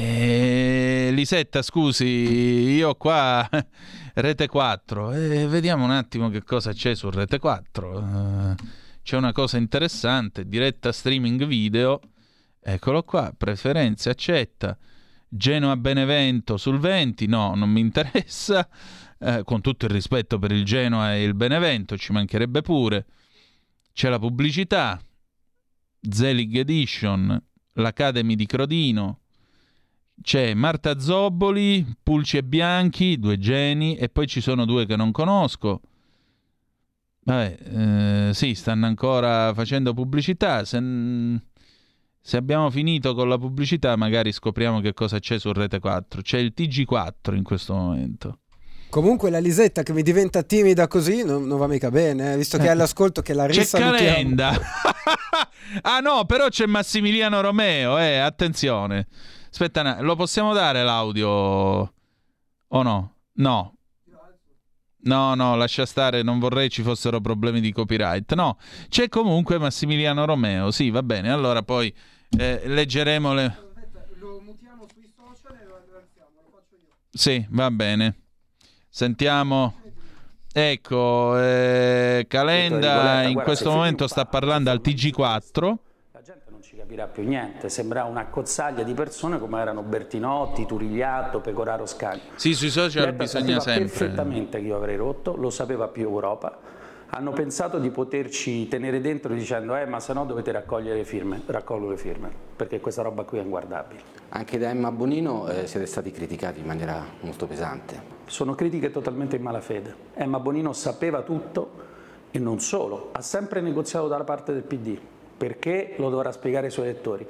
Lisetta, scusi, io qua Rete 4, vediamo un attimo che cosa c'è su Rete 4. C'è una cosa interessante, diretta streaming video, eccolo qua, preferenze, accetta. Genoa-Benevento sul 20, no, non mi interessa, con tutto il rispetto per il Genoa e il Benevento, ci mancherebbe pure. C'è la pubblicità, Zelig Edition, l'Academy di Crodino, c'è Marta Zobboli, Pulci e Bianchi, 2 geni, e poi ci sono 2 che non conosco. Vabbè, sì, stanno ancora facendo pubblicità. Se abbiamo finito con la pubblicità magari scopriamo che cosa c'è su Rete 4. C'è il TG4 in questo momento. Comunque la Lisetta che mi diventa timida così non va mica bene, visto che è all'ascolto che la risalutiamo. C'è Calenda. Ah no, però c'è Massimiliano Romeo, attenzione. Aspetta, lo possiamo dare l'audio o no? No. No, lascia stare, non vorrei ci fossero problemi di copyright. No, c'è comunque Massimiliano Romeo, sì, va bene. Allora poi leggeremo le... Lo mutiamo sui social e lo alziamo, lo faccio io. Sì, va bene. Sentiamo. Ecco, Calenda in questo momento sta parlando al TG4. Capirà più niente, sembra una cozzaglia di persone come erano Bertinotti, Turigliatto, Pecoraro Scanio. Sì, sui social bisogna sempre. Perfettamente che io avrei rotto, lo sapeva Più Europa. Hanno pensato di poterci tenere dentro dicendo ma se no dovete raccogliere le firme, raccolgo le firme, perché questa roba qui è inguardabile. Anche da Emma Bonino siete stati criticati in maniera molto pesante. Sono critiche totalmente in malafede. Emma Bonino sapeva tutto e non solo, ha sempre negoziato dalla parte del PD. Perché lo dovrà spiegare ai suoi elettori.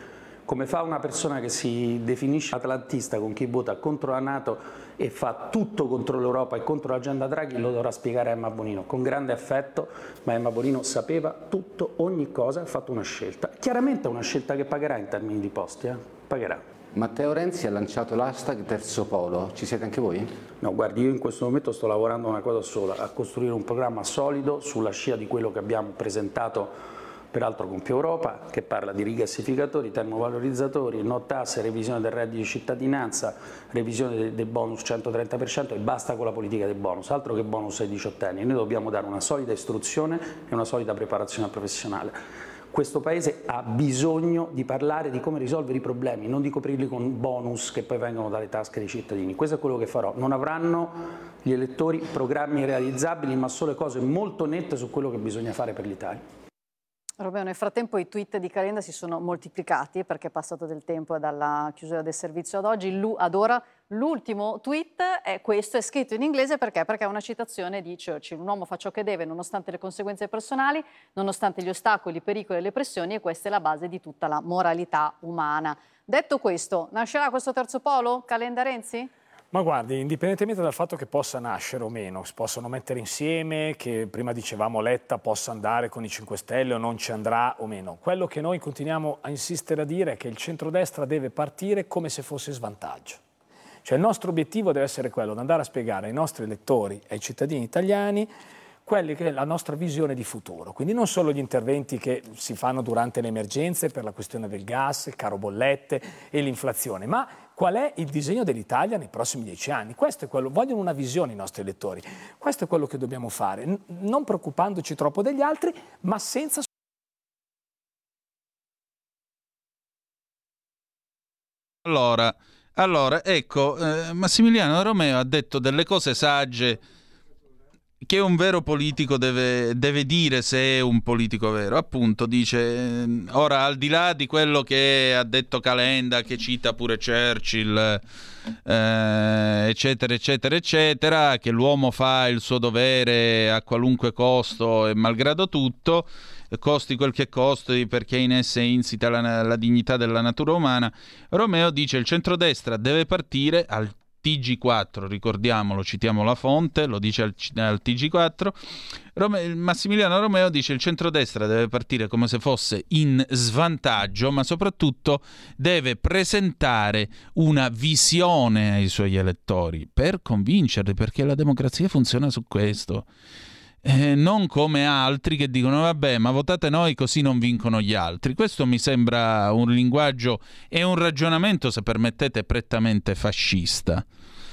Come fa una persona che si definisce atlantista con chi vota contro la NATO e fa tutto contro l'Europa e contro l'agenda Draghi, lo dovrà spiegare a Emma Bonino, con grande affetto, ma Emma Bonino sapeva tutto, ogni cosa, ha fatto una scelta. Chiaramente è una scelta che pagherà in termini di posti, pagherà. Matteo Renzi ha lanciato l'hashtag Terzo Polo, ci siete anche voi? No, guardi, io in questo momento sto lavorando a una cosa sola, a costruire un programma solido sulla scia di quello che abbiamo presentato peraltro con Più Europa, che parla di rigassificatori, termovalorizzatori, no tasse, revisione del reddito di cittadinanza, revisione del bonus 130% e basta con la politica dei bonus, altro che bonus ai 18enni. Noi dobbiamo dare una solida istruzione e una solida preparazione professionale. Questo Paese ha bisogno di parlare di come risolvere i problemi, non di coprirli con bonus che poi vengono dalle tasche dei cittadini. Questo è quello che farò. Non avranno gli elettori programmi realizzabili, ma solo cose molto nette su quello che bisogna fare per l'Italia. Romeo, nel frattempo i tweet di Calenda si sono moltiplicati perché è passato del tempo dalla chiusura del servizio ad oggi, ad ora. L'ultimo tweet è questo, è scritto in inglese perché è una citazione di Churchill. Un uomo fa ciò che deve nonostante le conseguenze personali, nonostante gli ostacoli, i pericoli e le pressioni, e questa è la base di tutta la moralità umana. Detto questo, nascerà questo terzo polo? Calenda Renzi? Ma guardi, indipendentemente dal fatto che possa nascere o meno, si possono mettere insieme, che prima dicevamo Letta possa andare con i 5 Stelle o non ci andrà o meno, quello che noi continuiamo a insistere a dire è che il centrodestra deve partire come se fosse svantaggio. Cioè il nostro obiettivo deve essere quello di andare a spiegare ai nostri elettori, ai cittadini italiani, quelli che è la nostra visione di futuro. Quindi non solo gli interventi che si fanno durante le emergenze per la questione del gas, il caro bollette e l'inflazione, ma qual è il disegno dell'Italia nei prossimi 10 anni. Questo è quello, vogliono una visione i nostri elettori. Questo è quello che dobbiamo fare, non preoccupandoci troppo degli altri, ma senza... Allora, ecco, Massimiliano Romeo ha detto delle cose sagge che un vero politico deve dire, se è un politico vero. Appunto dice, ora al di là di quello che ha detto Calenda, che cita pure Churchill, eccetera eccetera eccetera, che l'uomo fa il suo dovere a qualunque costo e malgrado tutto, costi quel che costi, perché in esse è insita la dignità della natura umana. Romeo dice il centrodestra deve partire al TG4, ricordiamolo, citiamo la fonte, lo dice al TG4. Massimiliano Romeo dice il centrodestra deve partire come se fosse in svantaggio, ma soprattutto deve presentare una visione ai suoi elettori per convincerli, perché la democrazia funziona su questo. Non come altri che dicono vabbè, ma votate noi così non vincono gli altri. Questo mi sembra un linguaggio e un ragionamento, se permettete, prettamente fascista.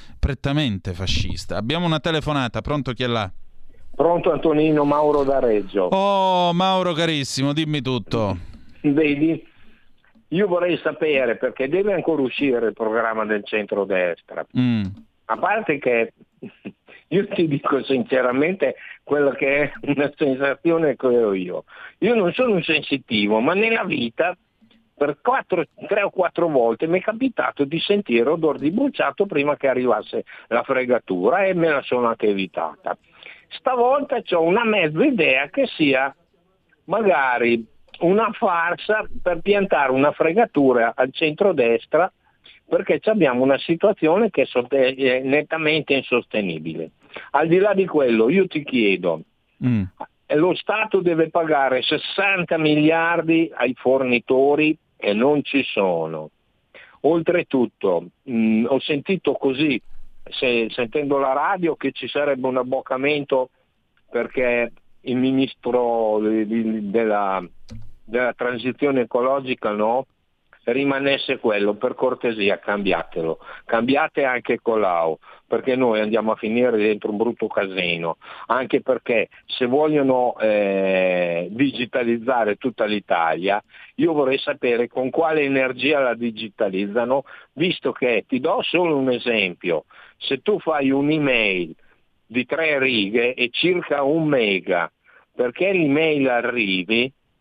Abbiamo una telefonata, pronto, chi è là? Pronto Antonino, Mauro da Reggio. Oh Mauro carissimo, dimmi tutto. Vedi, io vorrei sapere perché deve ancora uscire il programma del centrodestra. A parte che io ti dico sinceramente quello che è una sensazione che ho io. Io non sono un sensitivo, ma nella vita per 3 o 4 volte mi è capitato di sentire odore di bruciato prima che arrivasse la fregatura e me la sono anche evitata. Stavolta ho una mezza idea che sia magari una farsa per piantare una fregatura al centrodestra, perché abbiamo una situazione che è nettamente insostenibile. Al di là di quello, io ti chiedo, lo Stato deve pagare 60 miliardi ai fornitori e non ci sono. Oltretutto, ho sentito così, sentendo la radio, che ci sarebbe un abboccamento perché il ministro della transizione ecologica, no? Rimanesse quello. Per cortesia cambiatelo, cambiate anche Colau, perché noi andiamo a finire dentro un brutto casino, anche perché se vogliono digitalizzare tutta l'Italia, io vorrei sapere con quale energia la digitalizzano, visto che, ti do solo un esempio, se tu fai un'email di 3 righe e circa 1 mega, perché l'email arrivi,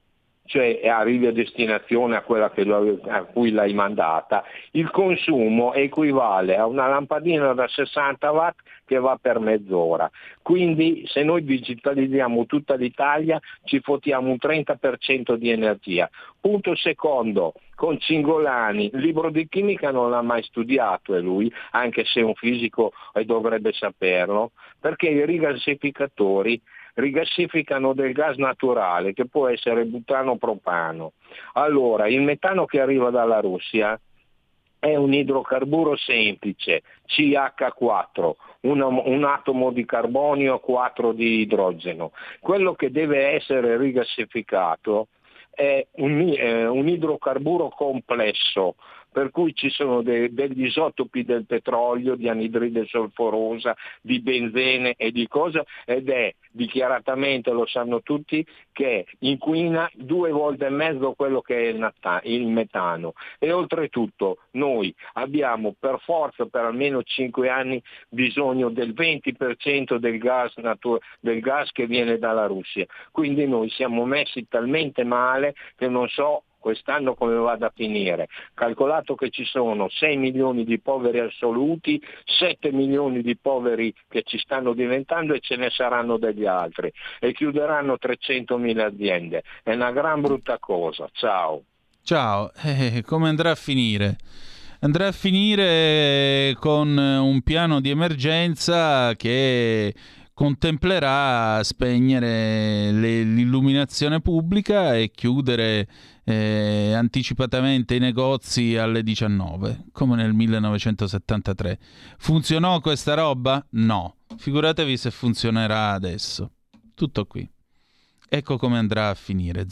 cioè arrivi a destinazione a quella a cui l'hai mandata, il consumo equivale a una lampadina da 60 watt che va per mezz'ora. Quindi se noi digitalizziamo tutta l'Italia ci fottiamo un 30% di energia. Punto secondo, con Cingolani, il libro di chimica non l'ha mai studiato lui, anche se è un fisico e dovrebbe saperlo, perché i rigassificatori rigassificano del gas naturale che può essere butano o propano. Allora, il metano che arriva dalla Russia è un idrocarburo semplice, CH4, un atomo di carbonio, 4 di idrogeno. Quello che deve essere rigassificato è un idrocarburo complesso, per cui ci sono degli isotopi del petrolio, di anidride solforosa, di benzene e di cosa, ed è dichiaratamente, lo sanno tutti, che inquina 2 volte e mezzo quello che è il metano. E oltretutto noi abbiamo per forza, per almeno 5 anni, bisogno del 20% del gas che viene dalla Russia. Quindi noi siamo messi talmente male che non so quest'anno come vada a finire. Calcolato che ci sono 6 milioni di poveri assoluti, 7 milioni di poveri che ci stanno diventando e ce ne saranno degli altri e chiuderanno 300.000 aziende. È una gran brutta cosa. Ciao. Ciao, come andrà a finire? Andrà a finire con un piano di emergenza che contemplerà spegnere l'illuminazione pubblica e chiudere anticipatamente i negozi alle 19, come nel 1973. Funzionò questa roba? No. Figuratevi se funzionerà adesso. Tutto qui. Ecco come andrà a finire.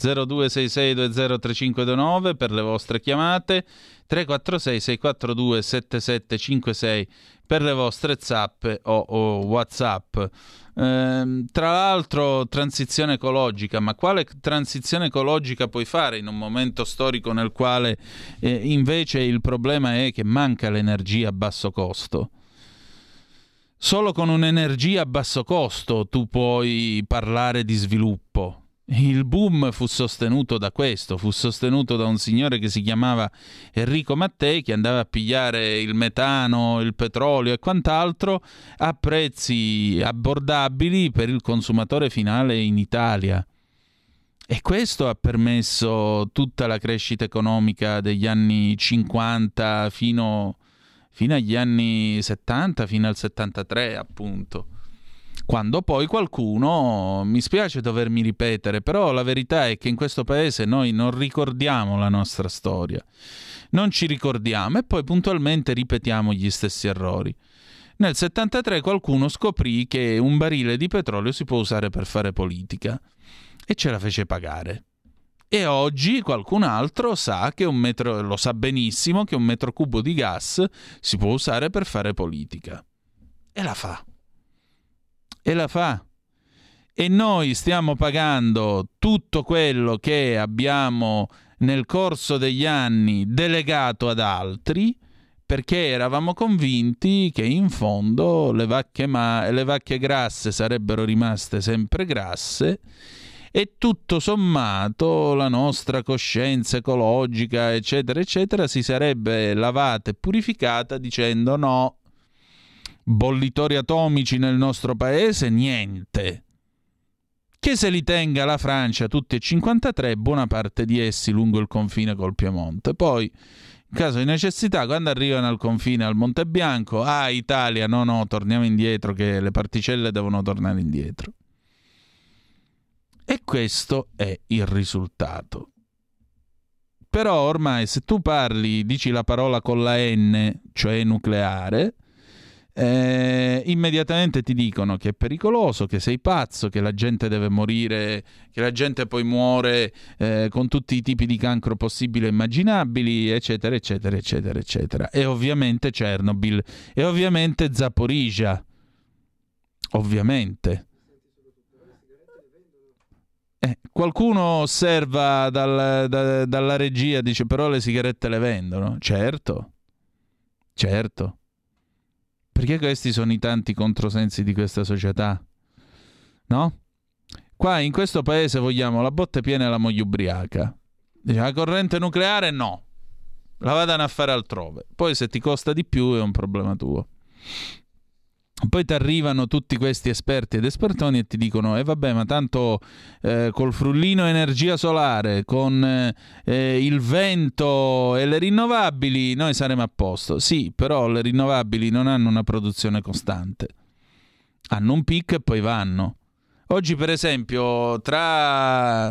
0266203529 per le vostre chiamate, 346 642 7756 per le vostre zappe o WhatsApp. Tra l'altro, transizione ecologica, ma quale transizione ecologica puoi fare in un momento storico nel quale invece il problema è che manca l'energia a basso costo? Solo con un'energia a basso costo tu puoi parlare di sviluppo. Il boom fu sostenuto da questo, fu sostenuto da un signore che si chiamava Enrico Mattei, che andava a pigliare il metano, il petrolio e quant'altro a prezzi abbordabili per il consumatore finale in Italia. E questo ha permesso tutta la crescita economica degli anni 50 fino agli anni 70, fino al 73 appunto. Quando poi qualcuno, mi spiace dovermi ripetere, però la verità è che in questo paese noi non ricordiamo la nostra storia, non ci ricordiamo e poi puntualmente ripetiamo gli stessi errori. Nel 73 qualcuno scoprì che un barile di petrolio si può usare per fare politica e ce la fece pagare. E oggi qualcun altro sa che lo sa benissimo che un metro cubo di gas si può usare per fare politica. E la fa. E noi stiamo pagando tutto quello che abbiamo nel corso degli anni delegato ad altri, perché eravamo convinti che in fondo le vacche grasse sarebbero rimaste sempre grasse e tutto sommato la nostra coscienza ecologica, eccetera, eccetera, si sarebbe lavata e purificata dicendo no, bollitori atomici nel nostro paese, niente. Che se li tenga la Francia tutti e 53, buona parte di essi lungo il confine col Piemonte. Poi, in caso di necessità, quando arrivano al confine al Monte Bianco, Italia, no, torniamo indietro, che le particelle devono tornare indietro. E questo è il risultato. Però ormai se tu dici la parola con la N, cioè nucleare, immediatamente ti dicono che è pericoloso, che sei pazzo, che la gente deve morire, che la gente poi muore con tutti i tipi di cancro possibili e immaginabili, eccetera, eccetera, eccetera, eccetera. E ovviamente Chernobyl, e ovviamente Zaporizhzhia, ovviamente. Qualcuno osserva dalla regia, dice però le sigarette le vendono. Certo. Perché questi sono i tanti controsensi di questa società, no? Qua in questo paese vogliamo la botte piena e la moglie ubriaca. Dice, la corrente nucleare no, la vadano a fare altrove. Poi se ti costa di più è un problema tuo. Poi ti arrivano tutti questi esperti ed espertoni e ti dicono vabbè, ma tanto col frullino energia solare, con il vento e le rinnovabili noi saremo a posto. Sì, però le rinnovabili non hanno una produzione costante, hanno un picco e poi vanno. Oggi per esempio fra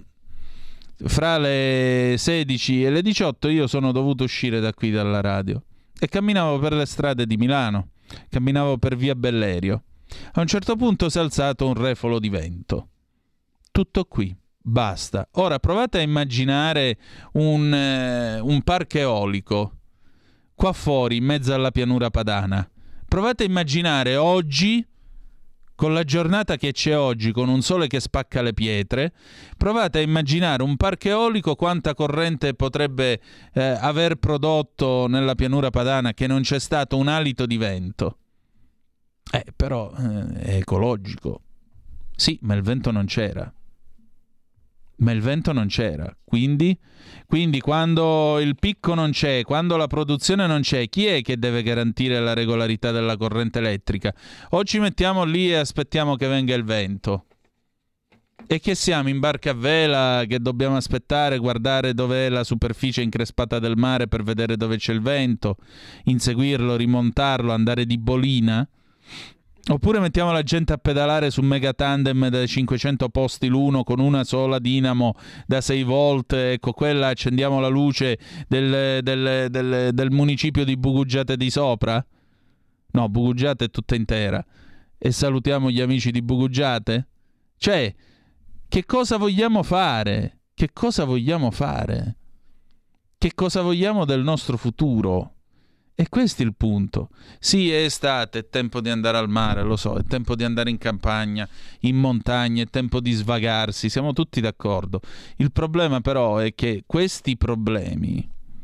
le 16 e le 18 io sono dovuto uscire da qui dalla radio e camminavo per le strade di Milano. Camminavo per via Bellerio. A un certo punto si è alzato un refolo di vento. Tutto qui, basta. Ora provate a immaginare un parco eolico qua fuori in mezzo alla pianura padana. Provate a immaginare oggi, con la giornata che c'è oggi, con un sole che spacca le pietre, provate a immaginare un parco eolico, quanta corrente potrebbe aver prodotto nella pianura padana, che non c'è stato un alito di vento. Però è ecologico. Sì, ma il vento non c'era. Quindi quando il picco non c'è, quando la produzione non c'è, chi è che deve garantire la regolarità della corrente elettrica? O ci mettiamo lì e aspettiamo che venga il vento? E che siamo in barca a vela, che dobbiamo aspettare, guardare dov'è la superficie increspata del mare per vedere dove c'è il vento, inseguirlo, rimontarlo, andare di bolina? Oppure mettiamo la gente a pedalare su mega tandem da 500 posti l'uno con una sola dinamo da 6 volt, ecco quella, accendiamo la luce del municipio di Bugugiate di Sopra? No, Bugugiate è tutta intera. E salutiamo gli amici di Bugugiate? Cioè, che cosa vogliamo fare? Che cosa vogliamo del nostro futuro? E questo è il punto. Sì, è estate, è tempo di andare al mare, lo so, è tempo di andare in campagna, in montagna, è tempo di svagarsi, siamo tutti d'accordo. Il problema però è che questi problemi,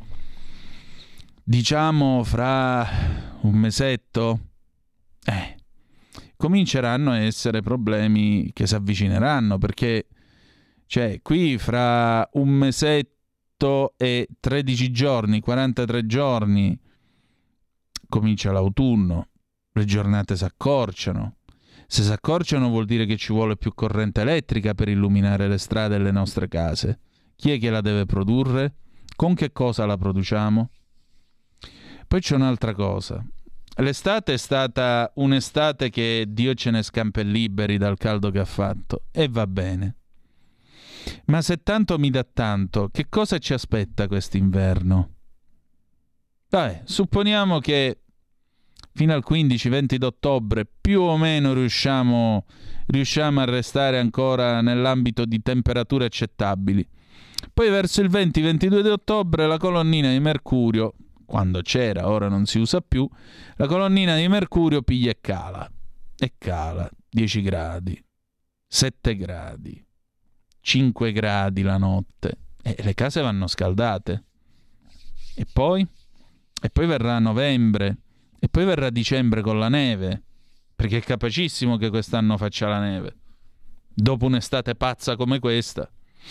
diciamo fra un mesetto, cominceranno a essere problemi che si avvicineranno, perché cioè qui fra un mesetto e 13 giorni, 43 giorni, comincia l'autunno, le giornate si accorciano. Se si accorciano vuol dire che ci vuole più corrente elettrica per illuminare le strade e le nostre case. Chi è che la deve produrre? Con che cosa la produciamo? Poi c'è un'altra cosa. L'estate è stata un'estate che Dio ce ne scampa e liberi dal caldo che ha fatto, e va bene. Ma se tanto mi dà tanto, che cosa ci aspetta quest'inverno? Supponiamo che fino al 15-20 d'ottobre più o meno riusciamo a restare ancora nell'ambito di temperature accettabili. Poi verso il 20-22 di ottobre la colonnina di mercurio, quando c'era, ora non si usa più, la colonnina di mercurio piglia e cala 10 gradi, 7 gradi, 5 gradi la notte, e le case vanno scaldate. E poi verrà novembre, e poi verrà dicembre con la neve, perché è capacissimo che quest'anno faccia la neve, dopo un'estate pazza come questa.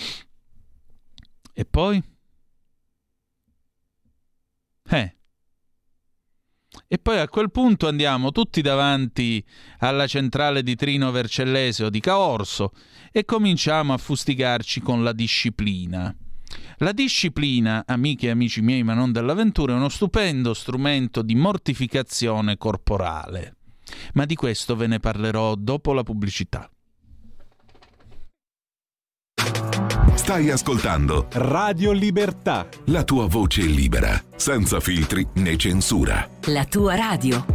E poi? E poi a quel punto andiamo tutti davanti alla centrale di Trino Vercellese o di Caorso e cominciamo a fustigarci con la disciplina. La disciplina, amiche e amici miei, ma non dell'avventura, è uno stupendo strumento di mortificazione corporale. Ma di questo ve ne parlerò dopo la pubblicità. Stai ascoltando Radio Libertà, la tua voce libera, senza filtri né censura. La tua radio.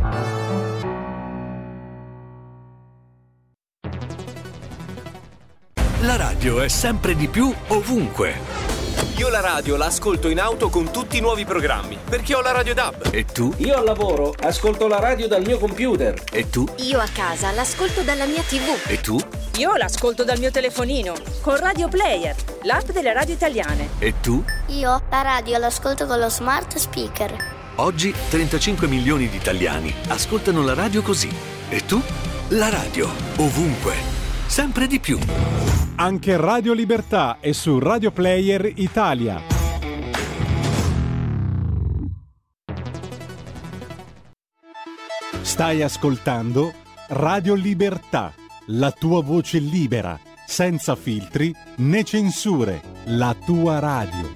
La radio è sempre di più ovunque. Io la radio la ascolto in auto con tutti i nuovi programmi, perché ho la Radio DAB. E tu? Io al lavoro ascolto la radio dal mio computer. E tu? Io a casa l'ascolto dalla mia TV. E tu? Io l'ascolto dal mio telefonino, con Radio Player, l'app delle radio italiane. E tu? Io la radio l'ascolto con lo smart speaker. Oggi 35 milioni di italiani ascoltano la radio così. E tu? La radio, ovunque. sempre di più. Anche Radio Libertà è su Radio Player Italia. Stai ascoltando Radio Libertà, la tua voce libera, senza filtri né censure, la tua radio.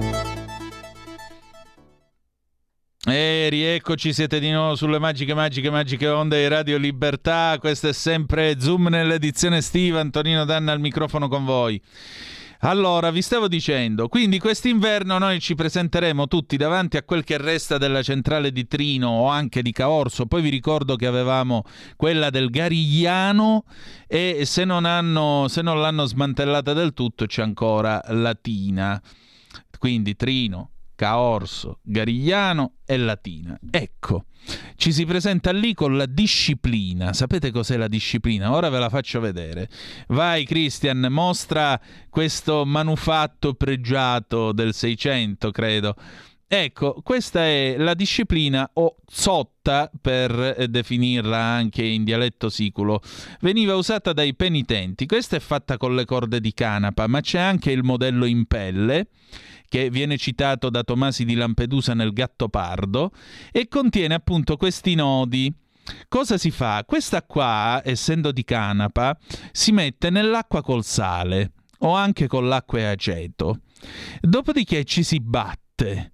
E rieccoci, siete di nuovo sulle magiche onde di Radio Libertà. Questo è sempre Zoom nell'edizione estiva. Antonino Danna al microfono con voi. Allora, vi stavo dicendo, quindi quest'inverno noi ci presenteremo tutti davanti a quel che resta della centrale di Trino o anche di Caorso. Poi vi ricordo che avevamo quella del Garigliano e se non l'hanno smantellata del tutto c'è ancora Latina. Quindi Trino, Caorso, Garigliano e Latina. Ecco, ci si presenta lì con la disciplina. Sapete cos'è la disciplina? Ora ve la faccio vedere. Vai Christian, mostra questo manufatto pregiato del 600, credo. Ecco, questa è la disciplina o zotta, per definirla anche in dialetto siculo. Veniva usata dai penitenti. Questa è fatta con le corde di canapa, ma c'è anche il modello in pelle, che viene citato da Tomasi di Lampedusa nel Gattopardo, e contiene appunto questi nodi. Cosa si fa? Questa qua, essendo di canapa, si mette nell'acqua col sale o anche con l'acqua e aceto. Dopodiché ci si batte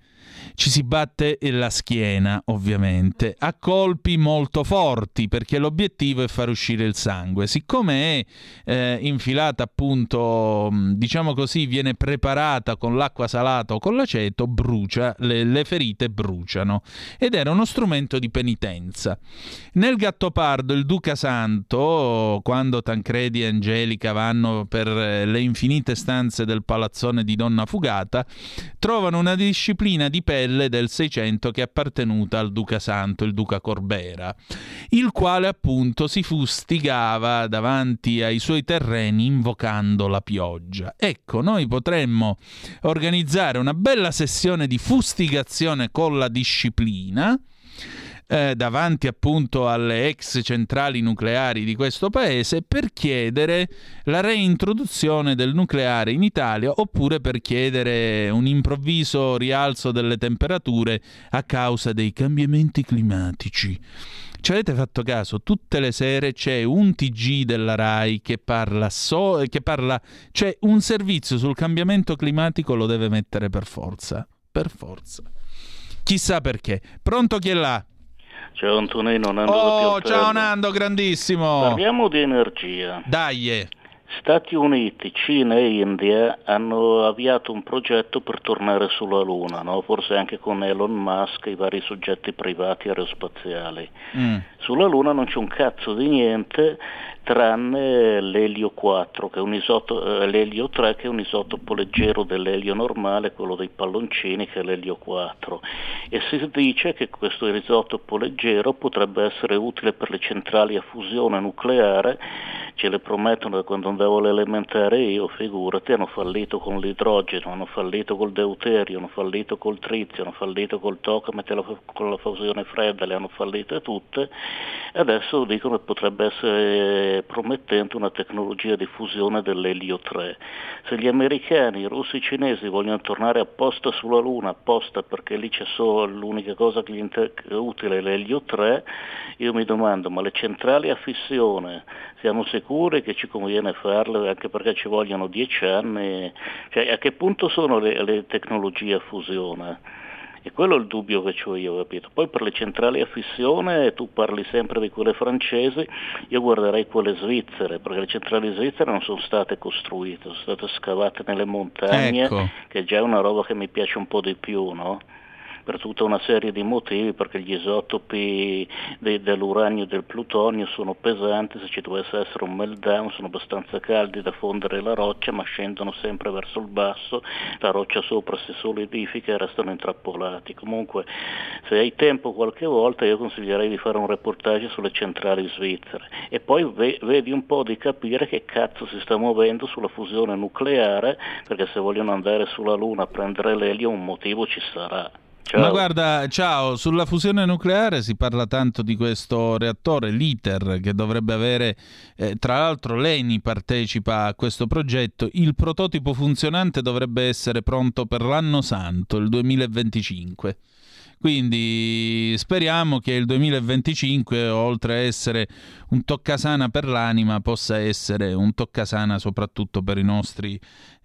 la schiena, ovviamente, a colpi molto forti, perché l'obiettivo è far uscire il sangue. Siccome è infilata appunto, diciamo così, viene preparata con l'acqua salata o con l'aceto, brucia, le ferite bruciano, ed era uno strumento di penitenza. Nel Gattopardo il Duca Santo, quando Tancredi e Angelica vanno per le infinite stanze del palazzone di Donna Fugata, trovano una disciplina di pelle del 600 che è appartenuta al Duca Santo, il Duca Corbera, il quale appunto si fustigava davanti ai suoi terreni invocando la pioggia. Ecco, noi potremmo organizzare una bella sessione di fustigazione con la disciplina davanti appunto alle ex centrali nucleari di questo paese, per chiedere la reintroduzione del nucleare in Italia, oppure per chiedere un improvviso rialzo delle temperature a causa dei cambiamenti climatici. Ci avete fatto caso? Tutte le sere c'è un TG della Rai che parla, cioè un servizio sul cambiamento climatico lo deve mettere per forza. Chissà perché. Pronto, chi è là? Ciao Antonino, Nando da Pioltello. Ciao Nando, grandissimo. Parliamo di energia. Dai. Stati Uniti, Cina e India hanno avviato un progetto per tornare sulla Luna, no? Forse anche con Elon Musk e i vari soggetti privati aerospaziali. Sulla Luna non c'è un cazzo di niente tranne l'elio 4, che è un l'elio 3 che è un isotopo leggero dell'elio normale, quello dei palloncini, che è l'elio 4, e si dice che questo isotopo leggero potrebbe essere utile per le centrali a fusione nucleare. Ce le promettono da quando andavo all'elementare io, figurati, hanno fallito con l'idrogeno, hanno fallito col deuterio, hanno fallito col trizio, hanno fallito col tokamak, con la fusione fredda, le hanno fallite tutte, e adesso dicono che potrebbe essere promettente una tecnologia di fusione dell'elio 3. Se gli americani, i russi, i cinesi vogliono tornare apposta sulla Luna, apposta perché lì c'è solo l'unica cosa che gli è utile, l'elio 3, io mi domando, ma le centrali a fissione, siamo sicuri che ci conviene farle, anche perché ci vogliono 10 anni? Cioè, a che punto sono le tecnologie a fusione? E quello è il dubbio che ho io, capito? Poi per le centrali a fissione tu parli sempre di quelle francesi, io guarderei quelle svizzere, perché le centrali svizzere non sono state costruite, sono state scavate nelle montagne, ecco, che già è una roba che mi piace un po' di più, no? Per tutta una serie di motivi, perché gli isotopi dell'uranio e del plutonio sono pesanti, se ci dovesse essere un meltdown sono abbastanza caldi da fondere la roccia, ma scendono sempre verso il basso, la roccia sopra si solidifica e restano intrappolati. Comunque, se hai tempo qualche volta, io consiglierei di fare un reportage sulle centrali svizzere e poi vedi un po' di capire che cazzo si sta muovendo sulla fusione nucleare, perché se vogliono andare sulla Luna a prendere l'elio un motivo ci sarà. Ciao. Ma guarda, ciao, sulla fusione nucleare si parla tanto di questo reattore, l'ITER, che dovrebbe avere, tra l'altro l'ENI partecipa a questo progetto, il prototipo funzionante dovrebbe essere pronto per l'anno santo, il 2025. Quindi speriamo che il 2025, oltre a essere un toccasana per l'anima, possa essere un toccasana soprattutto per i nostri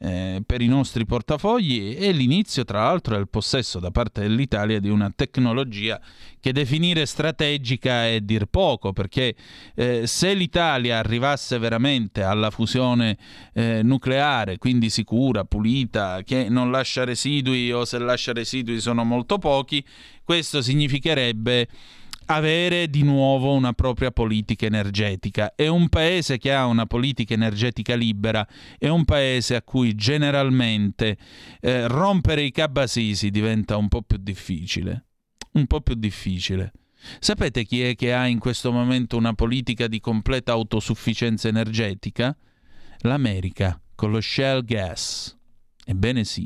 portafogli, e l'inizio, tra l'altro, è il possesso da parte dell'Italia di una tecnologia che definire strategica è dir poco, perché se l'Italia arrivasse veramente alla fusione nucleare, quindi sicura, pulita, che non lascia residui, o se lascia residui sono molto pochi, questo significherebbe avere di nuovo una propria politica energetica. E un paese che ha una politica energetica libera è un paese a cui generalmente rompere i cabasisi diventa un po' più difficile. Un po' più difficile. Sapete chi è che ha in questo momento una politica di completa autosufficienza energetica? L'America, con lo shale gas. Ebbene sì.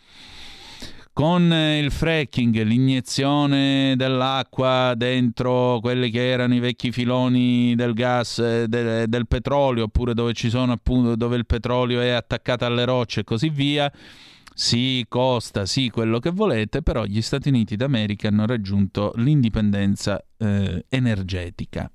Con il fracking, l'iniezione dell'acqua dentro quelli che erano i vecchi filoni del gas, del petrolio, oppure dove ci sono, appunto, dove il petrolio è attaccato alle rocce e così via, sì, costa, sì, quello che volete, però gli Stati Uniti d'America hanno raggiunto l'indipendenza energetica.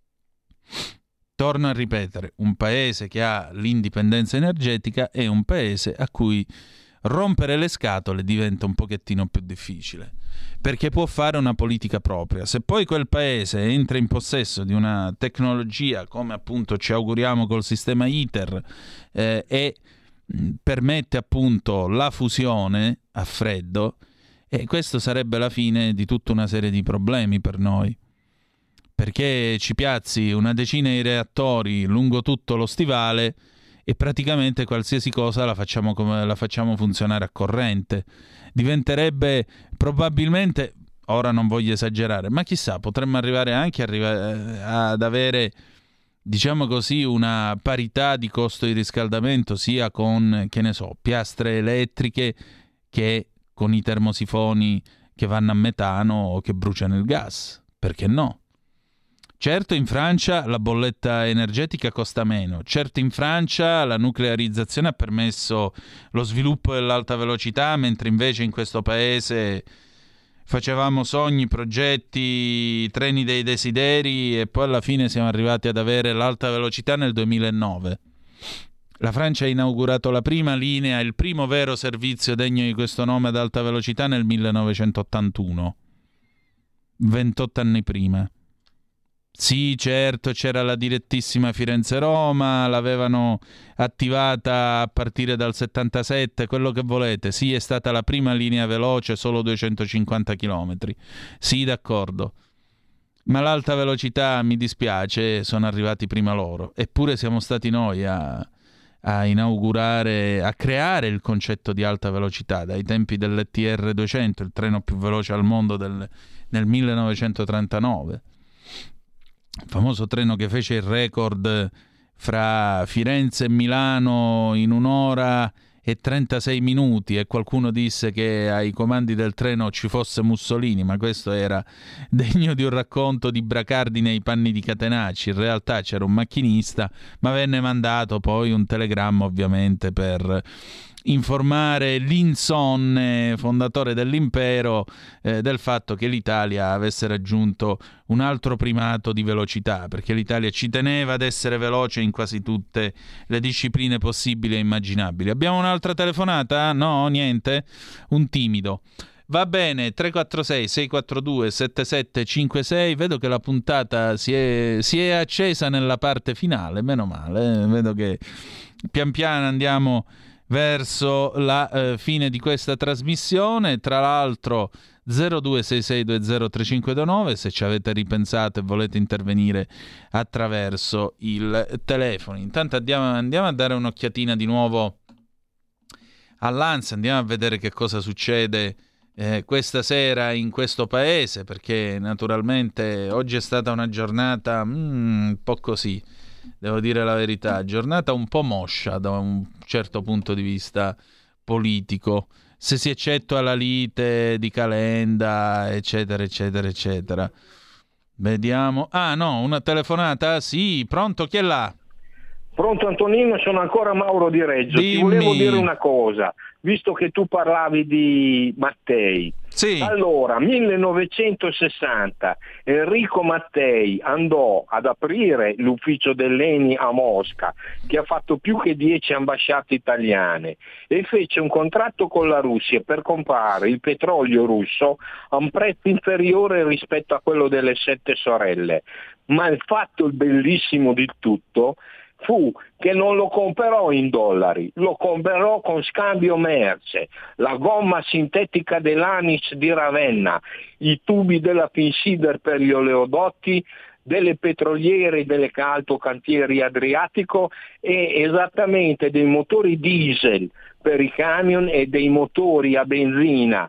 Torno a ripetere, un paese che ha l'indipendenza energetica è un paese a cui rompere le scatole diventa un pochettino più difficile, perché può fare una politica propria. Se poi quel paese entra in possesso di una tecnologia, come appunto ci auguriamo col sistema ITER, e permette appunto la fusione a freddo, questo sarebbe la fine di tutta una serie di problemi per noi, perché ci piazzi una decina di reattori lungo tutto lo stivale e praticamente qualsiasi cosa la facciamo funzionare a corrente. Diventerebbe probabilmente, ora non voglio esagerare, ma chissà, potremmo arrivare anche ad avere, diciamo così, una parità di costo di riscaldamento sia con, che ne so, piastre elettriche che con i termosifoni che vanno a metano o che bruciano il gas. Perché no? Certo, in Francia la bolletta energetica costa meno. Certo, in Francia la nuclearizzazione ha permesso lo sviluppo dell'alta velocità, mentre invece in questo paese facevamo sogni, progetti, treni dei desideri, e poi alla fine siamo arrivati ad avere l'alta velocità nel 2009. La Francia ha inaugurato la prima linea, il primo vero servizio degno di questo nome ad alta velocità nel 1981, 28 anni prima. Sì, certo, c'era la direttissima Firenze-Roma, l'avevano attivata a partire dal 77, quello che volete. Sì, è stata la prima linea veloce, solo 250 km. Sì, d'accordo. Ma l'alta velocità, mi dispiace, sono arrivati prima loro. Eppure siamo stati noi a inaugurare, a creare il concetto di alta velocità, dai tempi dell'ETR 200, il treno più veloce al mondo nel 1939. Il famoso treno che fece il record fra Firenze e Milano in 1 ora e 36 minuti, e qualcuno disse che ai comandi del treno ci fosse Mussolini, ma questo era degno di un racconto di Bracardi nei panni di Catenacci. In realtà c'era un macchinista, ma venne mandato poi un telegramma ovviamente per informare l'insonne fondatore dell'impero del fatto che l'Italia avesse raggiunto un altro primato di velocità, perché l'Italia ci teneva ad essere veloce in quasi tutte le discipline possibili e immaginabili. Abbiamo un'altra telefonata? No, niente? Un timido. Va bene, 346-642-7756, vedo che la puntata si è accesa nella parte finale, meno male, vedo che pian piano andiamo verso la fine di questa trasmissione. Tra l'altro 0266203529 se ci avete ripensato e volete intervenire attraverso il telefono. Intanto andiamo a dare un'occhiatina di nuovo all'ANSA, andiamo a vedere che cosa succede questa sera in questo paese, perché naturalmente oggi è stata una giornata un po' così, devo dire la verità, giornata un po' moscia da un certo punto di vista politico, se si eccettua la lite di Calenda, eccetera, eccetera, eccetera. Vediamo. Ah no, una telefonata? Sì, pronto, chi è là? Pronto Antonino, sono ancora Mauro di Reggio. Dimmi. Ti volevo dire una cosa, visto che tu parlavi di Mattei. Sì. Allora, 1960 Enrico Mattei andò ad aprire l'ufficio dell'ENI a Mosca, che ha fatto più che 10 ambasciate italiane, e fece un contratto con la Russia per comprare il petrolio russo a un prezzo inferiore rispetto a quello delle 7 sorelle. Ma il fatto bellissimo di tutto fu che non lo comprò in dollari, lo comprò con scambio merce, la gomma sintetica dell'Anis di Ravenna, i tubi della Finsider per gli oleodotti, delle petroliere delle Calto Cantieri Adriatico e esattamente dei motori diesel per i camion e dei motori a benzina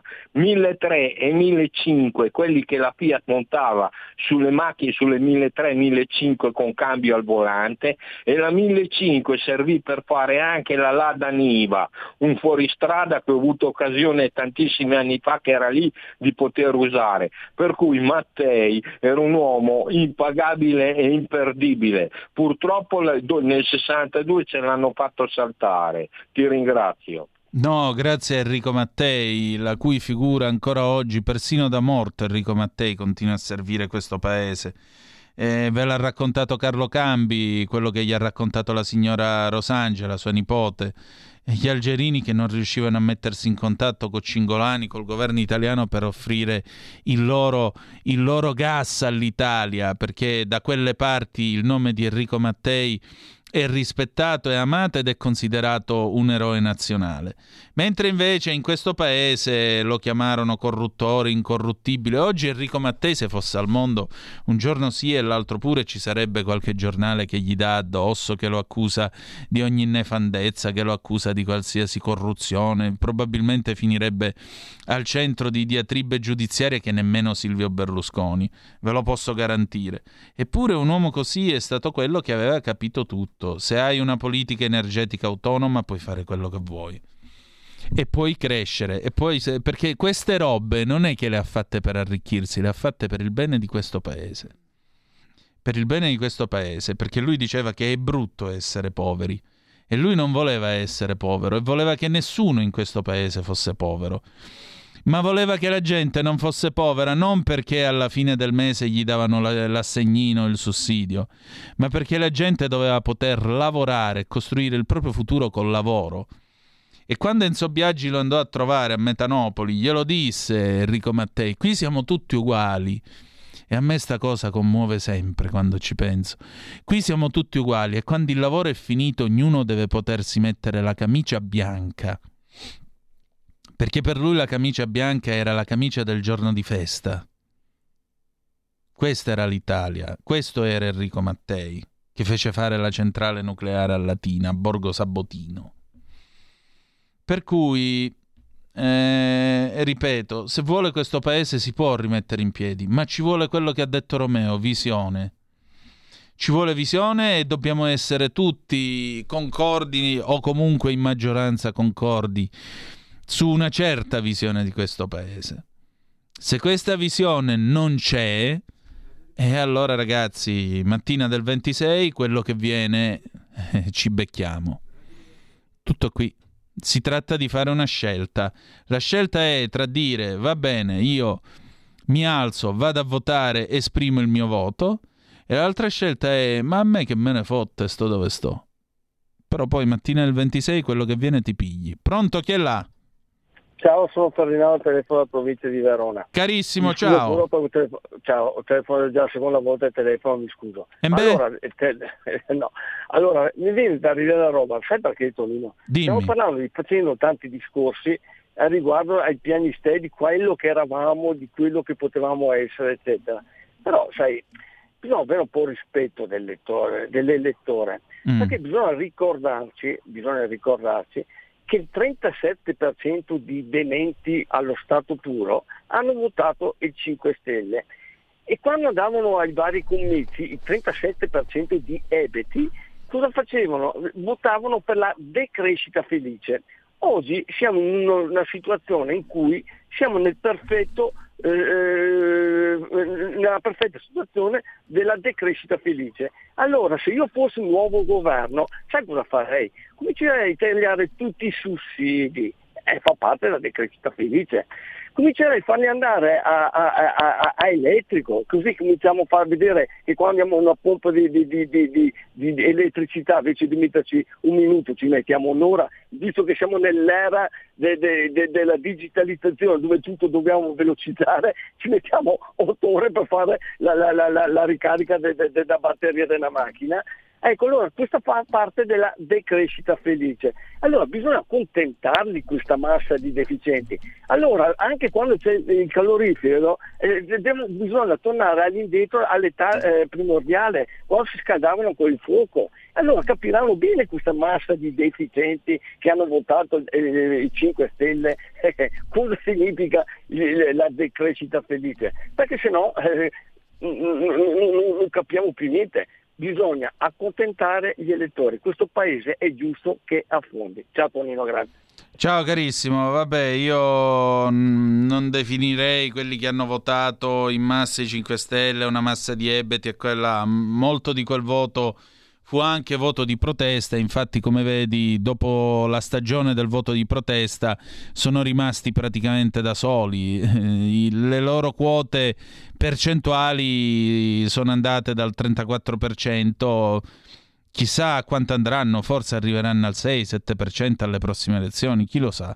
1300 e 1500, quelli che la Fiat montava sulle macchine, sulle 1300 1500 con cambio al volante, e la 1500 servì per fare anche la Lada Niva, un fuoristrada che ho avuto occasione tantissimi anni fa, che era lì, di poter usare. Per cui Mattei era un uomo impagabile e imperdibile. Purtroppo nel 62 ce l'hanno fatto saltare. Ti ringrazio. No, grazie a Enrico Mattei, la cui figura ancora oggi, persino da morto, Enrico Mattei continua a servire questo paese. Ve l'ha raccontato Carlo Cambi, quello che gli ha raccontato la signora Rosangela, sua nipote, e gli algerini che non riuscivano a mettersi in contatto con Cingolani, col governo italiano, per offrire il loro gas all'Italia, perché da quelle parti il nome di Enrico Mattei è rispettato e amato ed è considerato un eroe nazionale. Mentre invece in questo paese lo chiamarono corruttore, incorruttibile. Oggi Enrico Mattei, se fosse al mondo, un giorno sì e l'altro pure, ci sarebbe qualche giornale che gli dà addosso, che lo accusa di ogni nefandezza, che lo accusa di qualsiasi corruzione. Probabilmente finirebbe al centro di diatribe giudiziarie che nemmeno Silvio Berlusconi, ve lo posso garantire. Eppure un uomo così è stato quello che aveva capito tutto. Se hai una politica energetica autonoma puoi fare quello che vuoi e puoi crescere, e poi perché queste robe non è che le ha fatte per arricchirsi, le ha fatte per il bene di questo paese, per il bene di questo paese, perché lui diceva che è brutto essere poveri e lui non voleva essere povero e voleva che nessuno in questo paese fosse povero. Ma voleva che la gente non fosse povera non perché alla fine del mese gli davano l'assegnino, il sussidio, ma perché la gente doveva poter lavorare e costruire il proprio futuro col lavoro. E quando Enzo Biagi lo andò a trovare a Metanopoli, glielo disse Enrico Mattei: qui siamo tutti uguali. E a me sta cosa commuove sempre quando ci penso. Qui siamo tutti uguali e quando il lavoro è finito ognuno deve potersi mettere la camicia bianca. Perché per lui la camicia bianca era la camicia del giorno di festa. Questa era l'Italia, questo era Enrico Mattei, che fece fare la centrale nucleare a Latina, a Borgo Sabotino. Per cui, ripeto, se vuole questo paese si può rimettere in piedi, ma ci vuole quello che ha detto Romeo, visione. Ci vuole visione e dobbiamo essere tutti concordi, o comunque in maggioranza concordi, su una certa visione di questo paese. Se questa visione non c'è, e allora ragazzi, mattina del 26 quello che viene ci becchiamo. Tutto qui. Si tratta di fare una scelta. La scelta è tra dire: va bene, io mi alzo, vado a votare, esprimo il mio voto, e l'altra scelta è: ma a me che me ne fotte, sto dove sto. Però poi mattina del 26 quello che viene ti pigli. Pronto, chi è là? Ciao, sono Ferdinando, telefono dalla provincia di Verona. Carissimo, mi scuso, ciao. Ciao, telefono già la seconda volta il telefono, mi scuso. Allora, mi viene da ridere la roba, sai perché, Tonino? Dimmi. Stiamo parlando, facendo tanti discorsi a riguardo ai pianisti di quello che eravamo, di quello che potevamo essere, eccetera. Però, sai, bisogna avere un po' rispetto dell'elettore, perché bisogna ricordarci che il 37% di dementi allo stato puro hanno votato il 5 Stelle, e quando andavano ai vari comizi il 37% di ebeti cosa facevano? Votavano per la decrescita felice. Oggi siamo in una situazione in cui siamo nella perfetta situazione della decrescita felice. Allora, se io fossi un nuovo governo, sai cosa farei? Comincerei a tagliare tutti i sussidi, fa parte della decrescita felice. Comincerei a farli andare a elettrico, così cominciamo a far vedere che quando abbiamo una pompa di elettricità, invece di metterci un minuto ci mettiamo un'ora, visto che siamo nell'era della digitalizzazione dove tutto dobbiamo velocizzare, ci mettiamo 8 ore per fare la ricarica della batteria della macchina. Ecco, allora questa fa parte della decrescita felice. Allora bisogna accontentarli questa massa di deficienti. Allora anche quando c'è il calorifero bisogna tornare all'indietro all'età primordiale, quando si scaldavano con il fuoco. Allora capiranno bene questa massa di deficienti che hanno votato i 5 Stelle cosa significa la decrescita felice, perché sennò non capiamo più niente. Bisogna accontentare gli elettori. Questo paese è giusto che affondi. Ciao Tonino, grazie. Ciao carissimo, vabbè, io non definirei quelli che hanno votato in massa i 5 Stelle una massa di ebeti, e quella, molto di quel voto fu anche voto di protesta. Infatti, come vedi, dopo la stagione del voto di protesta sono rimasti praticamente da soli. Le loro quote percentuali sono andate dal 34%, chissà a quanto andranno, forse arriveranno al 6-7% alle prossime elezioni, chi lo sa.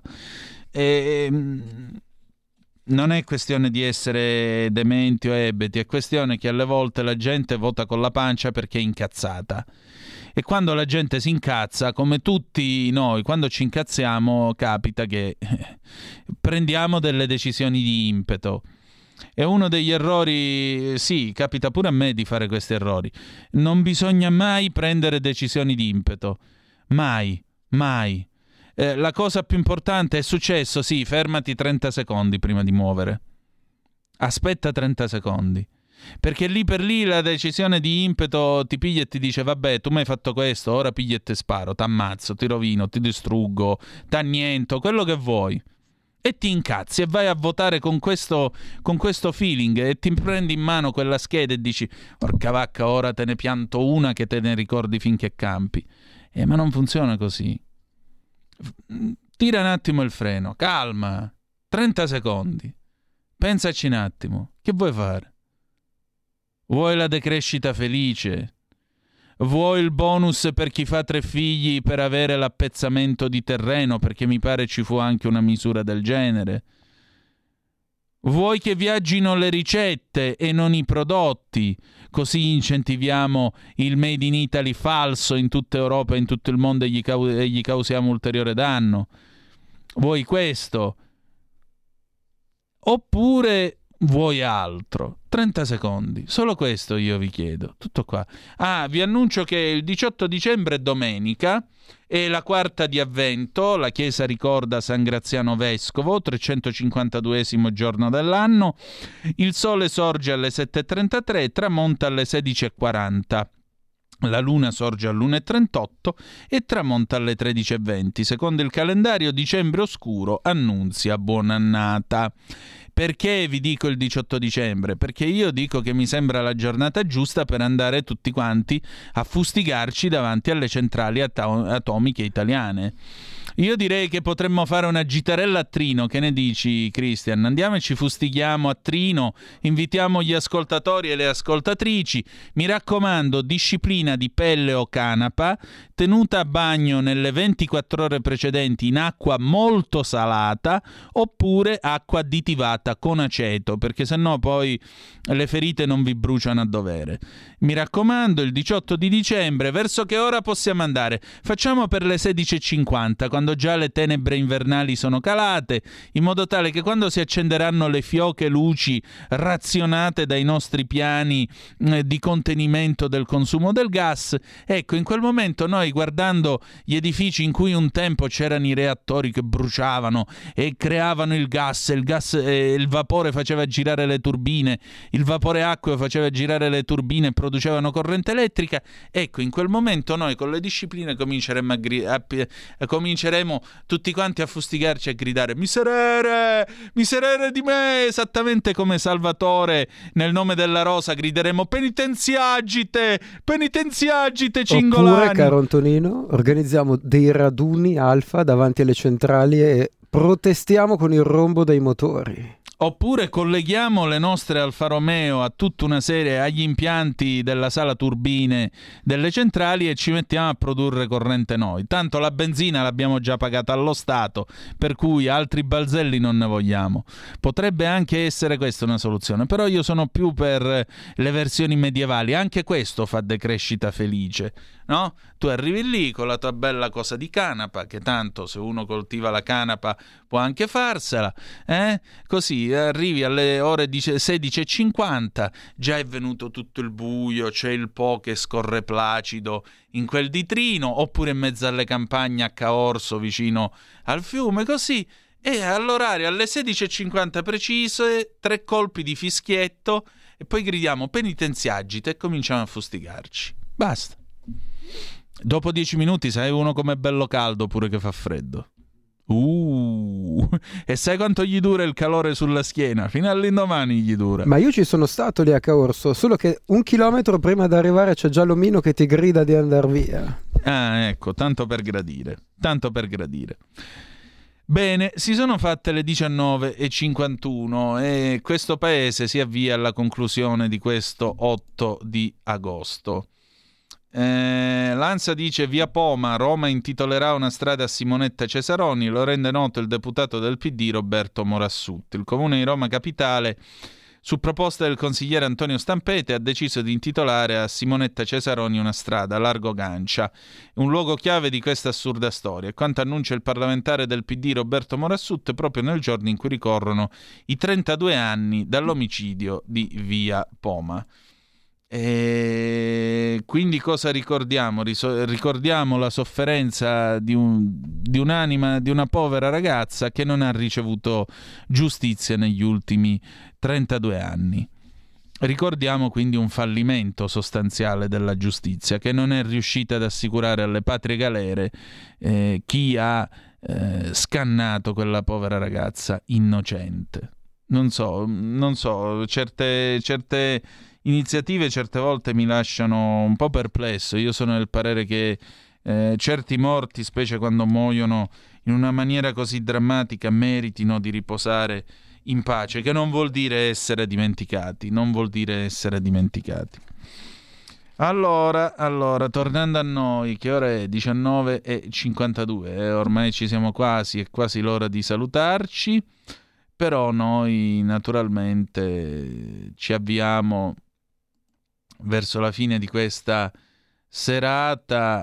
Non è questione di essere dementi o ebeti, è questione che alle volte la gente vota con la pancia perché è incazzata. E quando la gente si incazza, come tutti noi, quando ci incazziamo, capita che prendiamo delle decisioni di impeto. È uno degli errori, sì, capita pure a me di fare questi errori. Non bisogna mai prendere decisioni di impeto. Mai, mai. La cosa più importante è successo, sì, fermati 30 secondi prima di muovere. Aspetta 30 secondi. Perché lì per lì la decisione di impeto ti piglia e ti dice vabbè, tu mi hai fatto questo, ora piglia e te sparo, t'ammazzo, ti rovino, ti distruggo, t'anniento, quello che vuoi. E ti incazzi e vai a votare con questo feeling e ti prendi in mano quella scheda e dici porca vacca, ora te ne pianto una che te ne ricordi finché campi. Ma non funziona così. Tira un attimo il freno, calma, 30 secondi, pensaci un attimo, che vuoi fare? Vuoi la decrescita felice? Vuoi il bonus per chi fa 3 figli per avere l'appezzamento di terreno, perché mi pare ci fu anche una misura del genere? Vuoi che viaggino le ricette e non i prodotti, così incentiviamo il Made in Italy falso in tutta Europa e in tutto il mondo e gli causiamo ulteriore danno? Vuoi questo? Oppure vuoi altro? 30 secondi, solo questo io vi chiedo, tutto qua. Vi annuncio che il 18 dicembre è domenica, è la quarta di Avvento, la Chiesa ricorda San Graziano Vescovo, 352esimo giorno dell'anno, il sole sorge alle 7.33, tramonta alle 16.40. La luna sorge all'1.38 e tramonta alle 13.20. Secondo il calendario, dicembre oscuro annunzia buon'annata. Perché vi dico il 18 dicembre? Perché io dico che mi sembra la giornata giusta per andare tutti quanti a fustigarci davanti alle centrali atomiche italiane. Io direi che potremmo fare una gitarella a Trino, che ne dici Christian? Andiamo e ci fustighiamo a Trino, invitiamo gli ascoltatori e le ascoltatrici, mi raccomando, disciplina di pelle o canapa, tenuta a bagno nelle 24 ore precedenti in acqua molto salata oppure acqua additivata con aceto, perché sennò poi le ferite non vi bruciano a dovere. Mi raccomando, il 18 di dicembre, verso che ora possiamo andare? Facciamo per le 16.50, quando già le tenebre invernali sono calate, in modo tale che quando si accenderanno le fioche luci razionate dai nostri piani di contenimento del consumo del gas, ecco, in quel momento noi, guardando gli edifici in cui un tempo c'erano i reattori che bruciavano e creavano il gas, il vapore faceva girare le turbine, il vapore acqueo faceva girare le turbine e producevano corrente elettrica, ecco, in quel momento noi con le discipline cominceremo staremo tutti quanti a fustigarci e gridare miserere di me, esattamente come Salvatore nel Nome della Rosa grideremo penitenziagite Cingolani. Oppure, caro Antonino, organizziamo dei raduni alfa davanti alle centrali e protestiamo con il rombo dei motori. Oppure colleghiamo le nostre Alfa Romeo a tutta una serie, agli impianti della sala turbine delle centrali e ci mettiamo a produrre corrente noi. Tanto la benzina l'abbiamo già pagata allo Stato, per cui altri balzelli non ne vogliamo. Potrebbe anche essere questa una soluzione, però io sono più per le versioni medievali. Anche questo fa decrescita felice, no? Tu arrivi lì con la tua bella cosa di canapa, che tanto se uno coltiva la canapa può anche farsela, così arrivi alle ore 16:50, già è venuto tutto il buio, c'è il Po che scorre placido in quel ditrino, oppure in mezzo alle campagne a Caorso vicino al fiume, così, e all'orario alle 16:50 precise 3 colpi di fischietto e poi gridiamo penitenziagite e cominciamo a fustigarci. Basta. Dopo 10 minuti sai uno com'è bello caldo pure che fa freddo. E sai quanto gli dura il calore sulla schiena? Fino all'indomani gli dura. Ma io ci sono stato lì a Caorso, solo che 1 chilometro prima di arrivare c'è già l'omino che ti grida di andare via. Ah, ecco, tanto per gradire. Bene, si sono fatte le 19:51 e questo paese si avvia alla conclusione di questo 8 di agosto. L'Ansa dice via Poma, Roma intitolerà una strada a Simonetta Cesaroni, lo rende noto il deputato del PD Roberto Morassutti. Il comune di Roma Capitale, su proposta del consigliere Antonio Stampete, ha deciso di intitolare a Simonetta Cesaroni una strada, Largo Gancia, un luogo chiave di questa assurda storia, quanto annuncia il parlamentare del PD Roberto Morassutti proprio nel giorno in cui ricorrono i 32 anni dall'omicidio di via Poma. E quindi cosa ricordiamo? Ricordiamo la sofferenza di un'anima, di una povera ragazza che non ha ricevuto giustizia negli ultimi 32 anni. Ricordiamo quindi un fallimento sostanziale della giustizia che non è riuscita ad assicurare alle patrie galere chi ha scannato quella povera ragazza innocente. Non so, certe iniziative certe volte mi lasciano un po' perplesso. Io sono del parere che certi morti, specie quando muoiono in una maniera così drammatica, meritino di riposare in pace, che non vuol dire essere dimenticati, Allora, tornando a noi, che ora è 19:52, ormai ci siamo quasi, è quasi l'ora di salutarci, però noi naturalmente ci avviamo verso la fine di questa serata.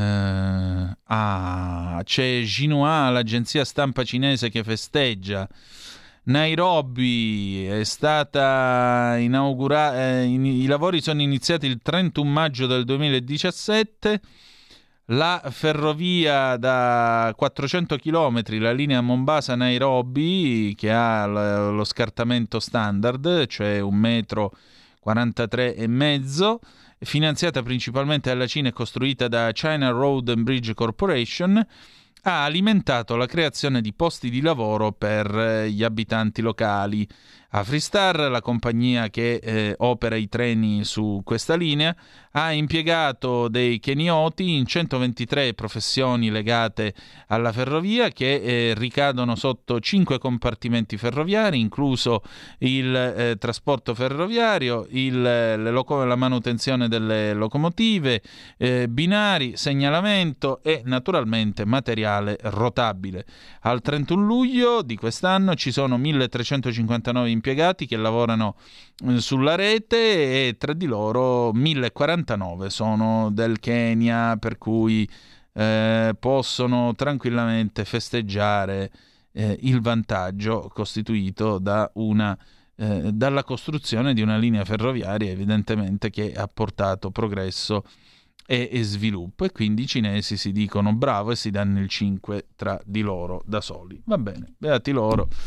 C'è Xinhua, l'agenzia stampa cinese, che festeggia. Nairobi è stata inaugurata, i lavori sono iniziati il 31 maggio del 2017. La ferrovia da 400 km, la linea Mombasa-Nairobi, che ha lo scartamento standard, cioè 1,43 m, finanziata principalmente dalla Cina e costruita da China Road and Bridge Corporation, ha alimentato la creazione di posti di lavoro per gli abitanti locali. Afristar, la compagnia che opera i treni su questa linea, ha impiegato dei kenioti in 123 professioni legate alla ferrovia che ricadono sotto 5 compartimenti ferroviari, incluso il trasporto ferroviario, la manutenzione delle locomotive, binari, segnalamento e naturalmente materiale rotabile. Al 31 luglio di quest'anno ci sono 1359 impiegati che lavorano sulla rete e tra di loro 1049 sono del Kenya, per cui possono tranquillamente festeggiare il vantaggio costituito dalla costruzione di una linea ferroviaria evidentemente che ha portato progresso e sviluppo, e quindi i cinesi si dicono bravo e si danno il 5 tra di loro da soli. Va bene, beati loro.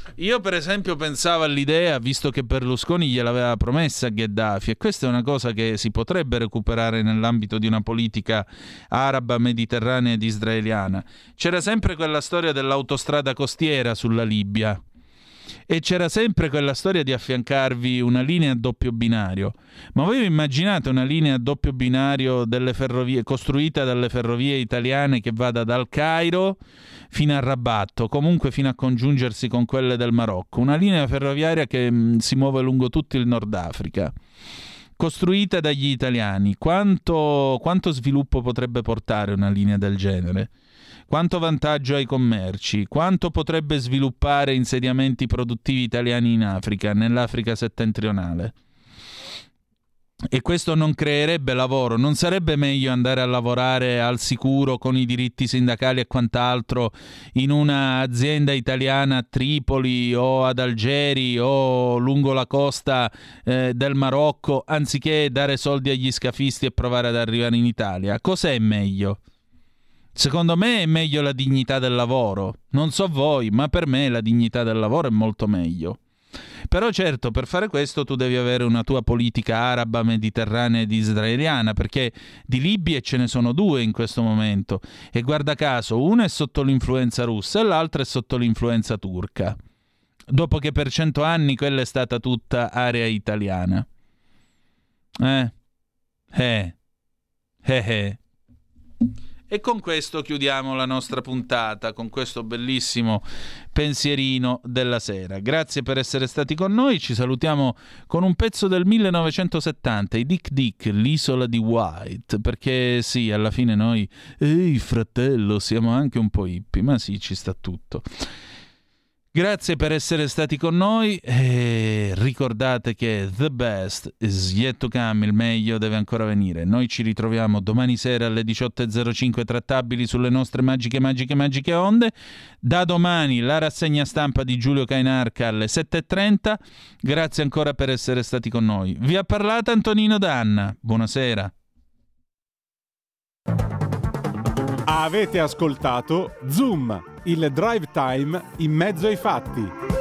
Io per esempio pensavo all'idea, visto che Berlusconi gliel'aveva promessa a Gheddafi, e questa è una cosa che si potrebbe recuperare nell'ambito di una politica araba, mediterranea ed israeliana. C'era sempre quella storia dell'autostrada costiera sulla Libia e c'era sempre quella storia di affiancarvi una linea a doppio binario. Ma voi vi immaginate una linea a doppio binario delle ferrovie, costruita dalle ferrovie italiane, che vada dal Cairo fino a Rabat, comunque fino a congiungersi con quelle del Marocco, una linea ferroviaria che si muove lungo tutto il Nord Africa, costruita dagli italiani? Quanto sviluppo potrebbe portare una linea del genere? Quanto vantaggio ai commerci? Quanto potrebbe sviluppare insediamenti produttivi italiani in Africa, nell'Africa settentrionale? E questo non creerebbe lavoro? Non sarebbe meglio andare a lavorare al sicuro con i diritti sindacali e quant'altro in un'azienda italiana a Tripoli o ad Algeri o lungo la costa del Marocco, anziché dare soldi agli scafisti e provare ad arrivare in Italia? Cos'è meglio? Secondo me è meglio la dignità del lavoro. Non so voi, ma per me la dignità del lavoro è molto meglio. Però certo, per fare questo tu devi avere una tua politica araba, mediterranea ed israeliana, perché di Libie ce ne sono due in questo momento, e guarda caso una è sotto l'influenza russa e l'altra è sotto l'influenza turca, dopo che per 100 anni quella è stata tutta area italiana. E con questo chiudiamo la nostra puntata, con questo bellissimo pensierino della sera. Grazie per essere stati con noi, ci salutiamo con un pezzo del 1970, i Dick Dick, l'isola di White, perché sì, alla fine noi, ehi fratello, siamo anche un po' hippie, ma sì, ci sta tutto. Grazie per essere stati con noi e ricordate che the best is yet to come, il meglio deve ancora venire. Noi ci ritroviamo domani sera alle 18.05 trattabili sulle nostre magiche onde. Da domani la rassegna stampa di Giulio Cainarca alle 7.30. Grazie ancora per essere stati con noi. Vi ha parlato Antonino Danna. Buonasera. Avete ascoltato Zoom, il drive time in mezzo ai fatti.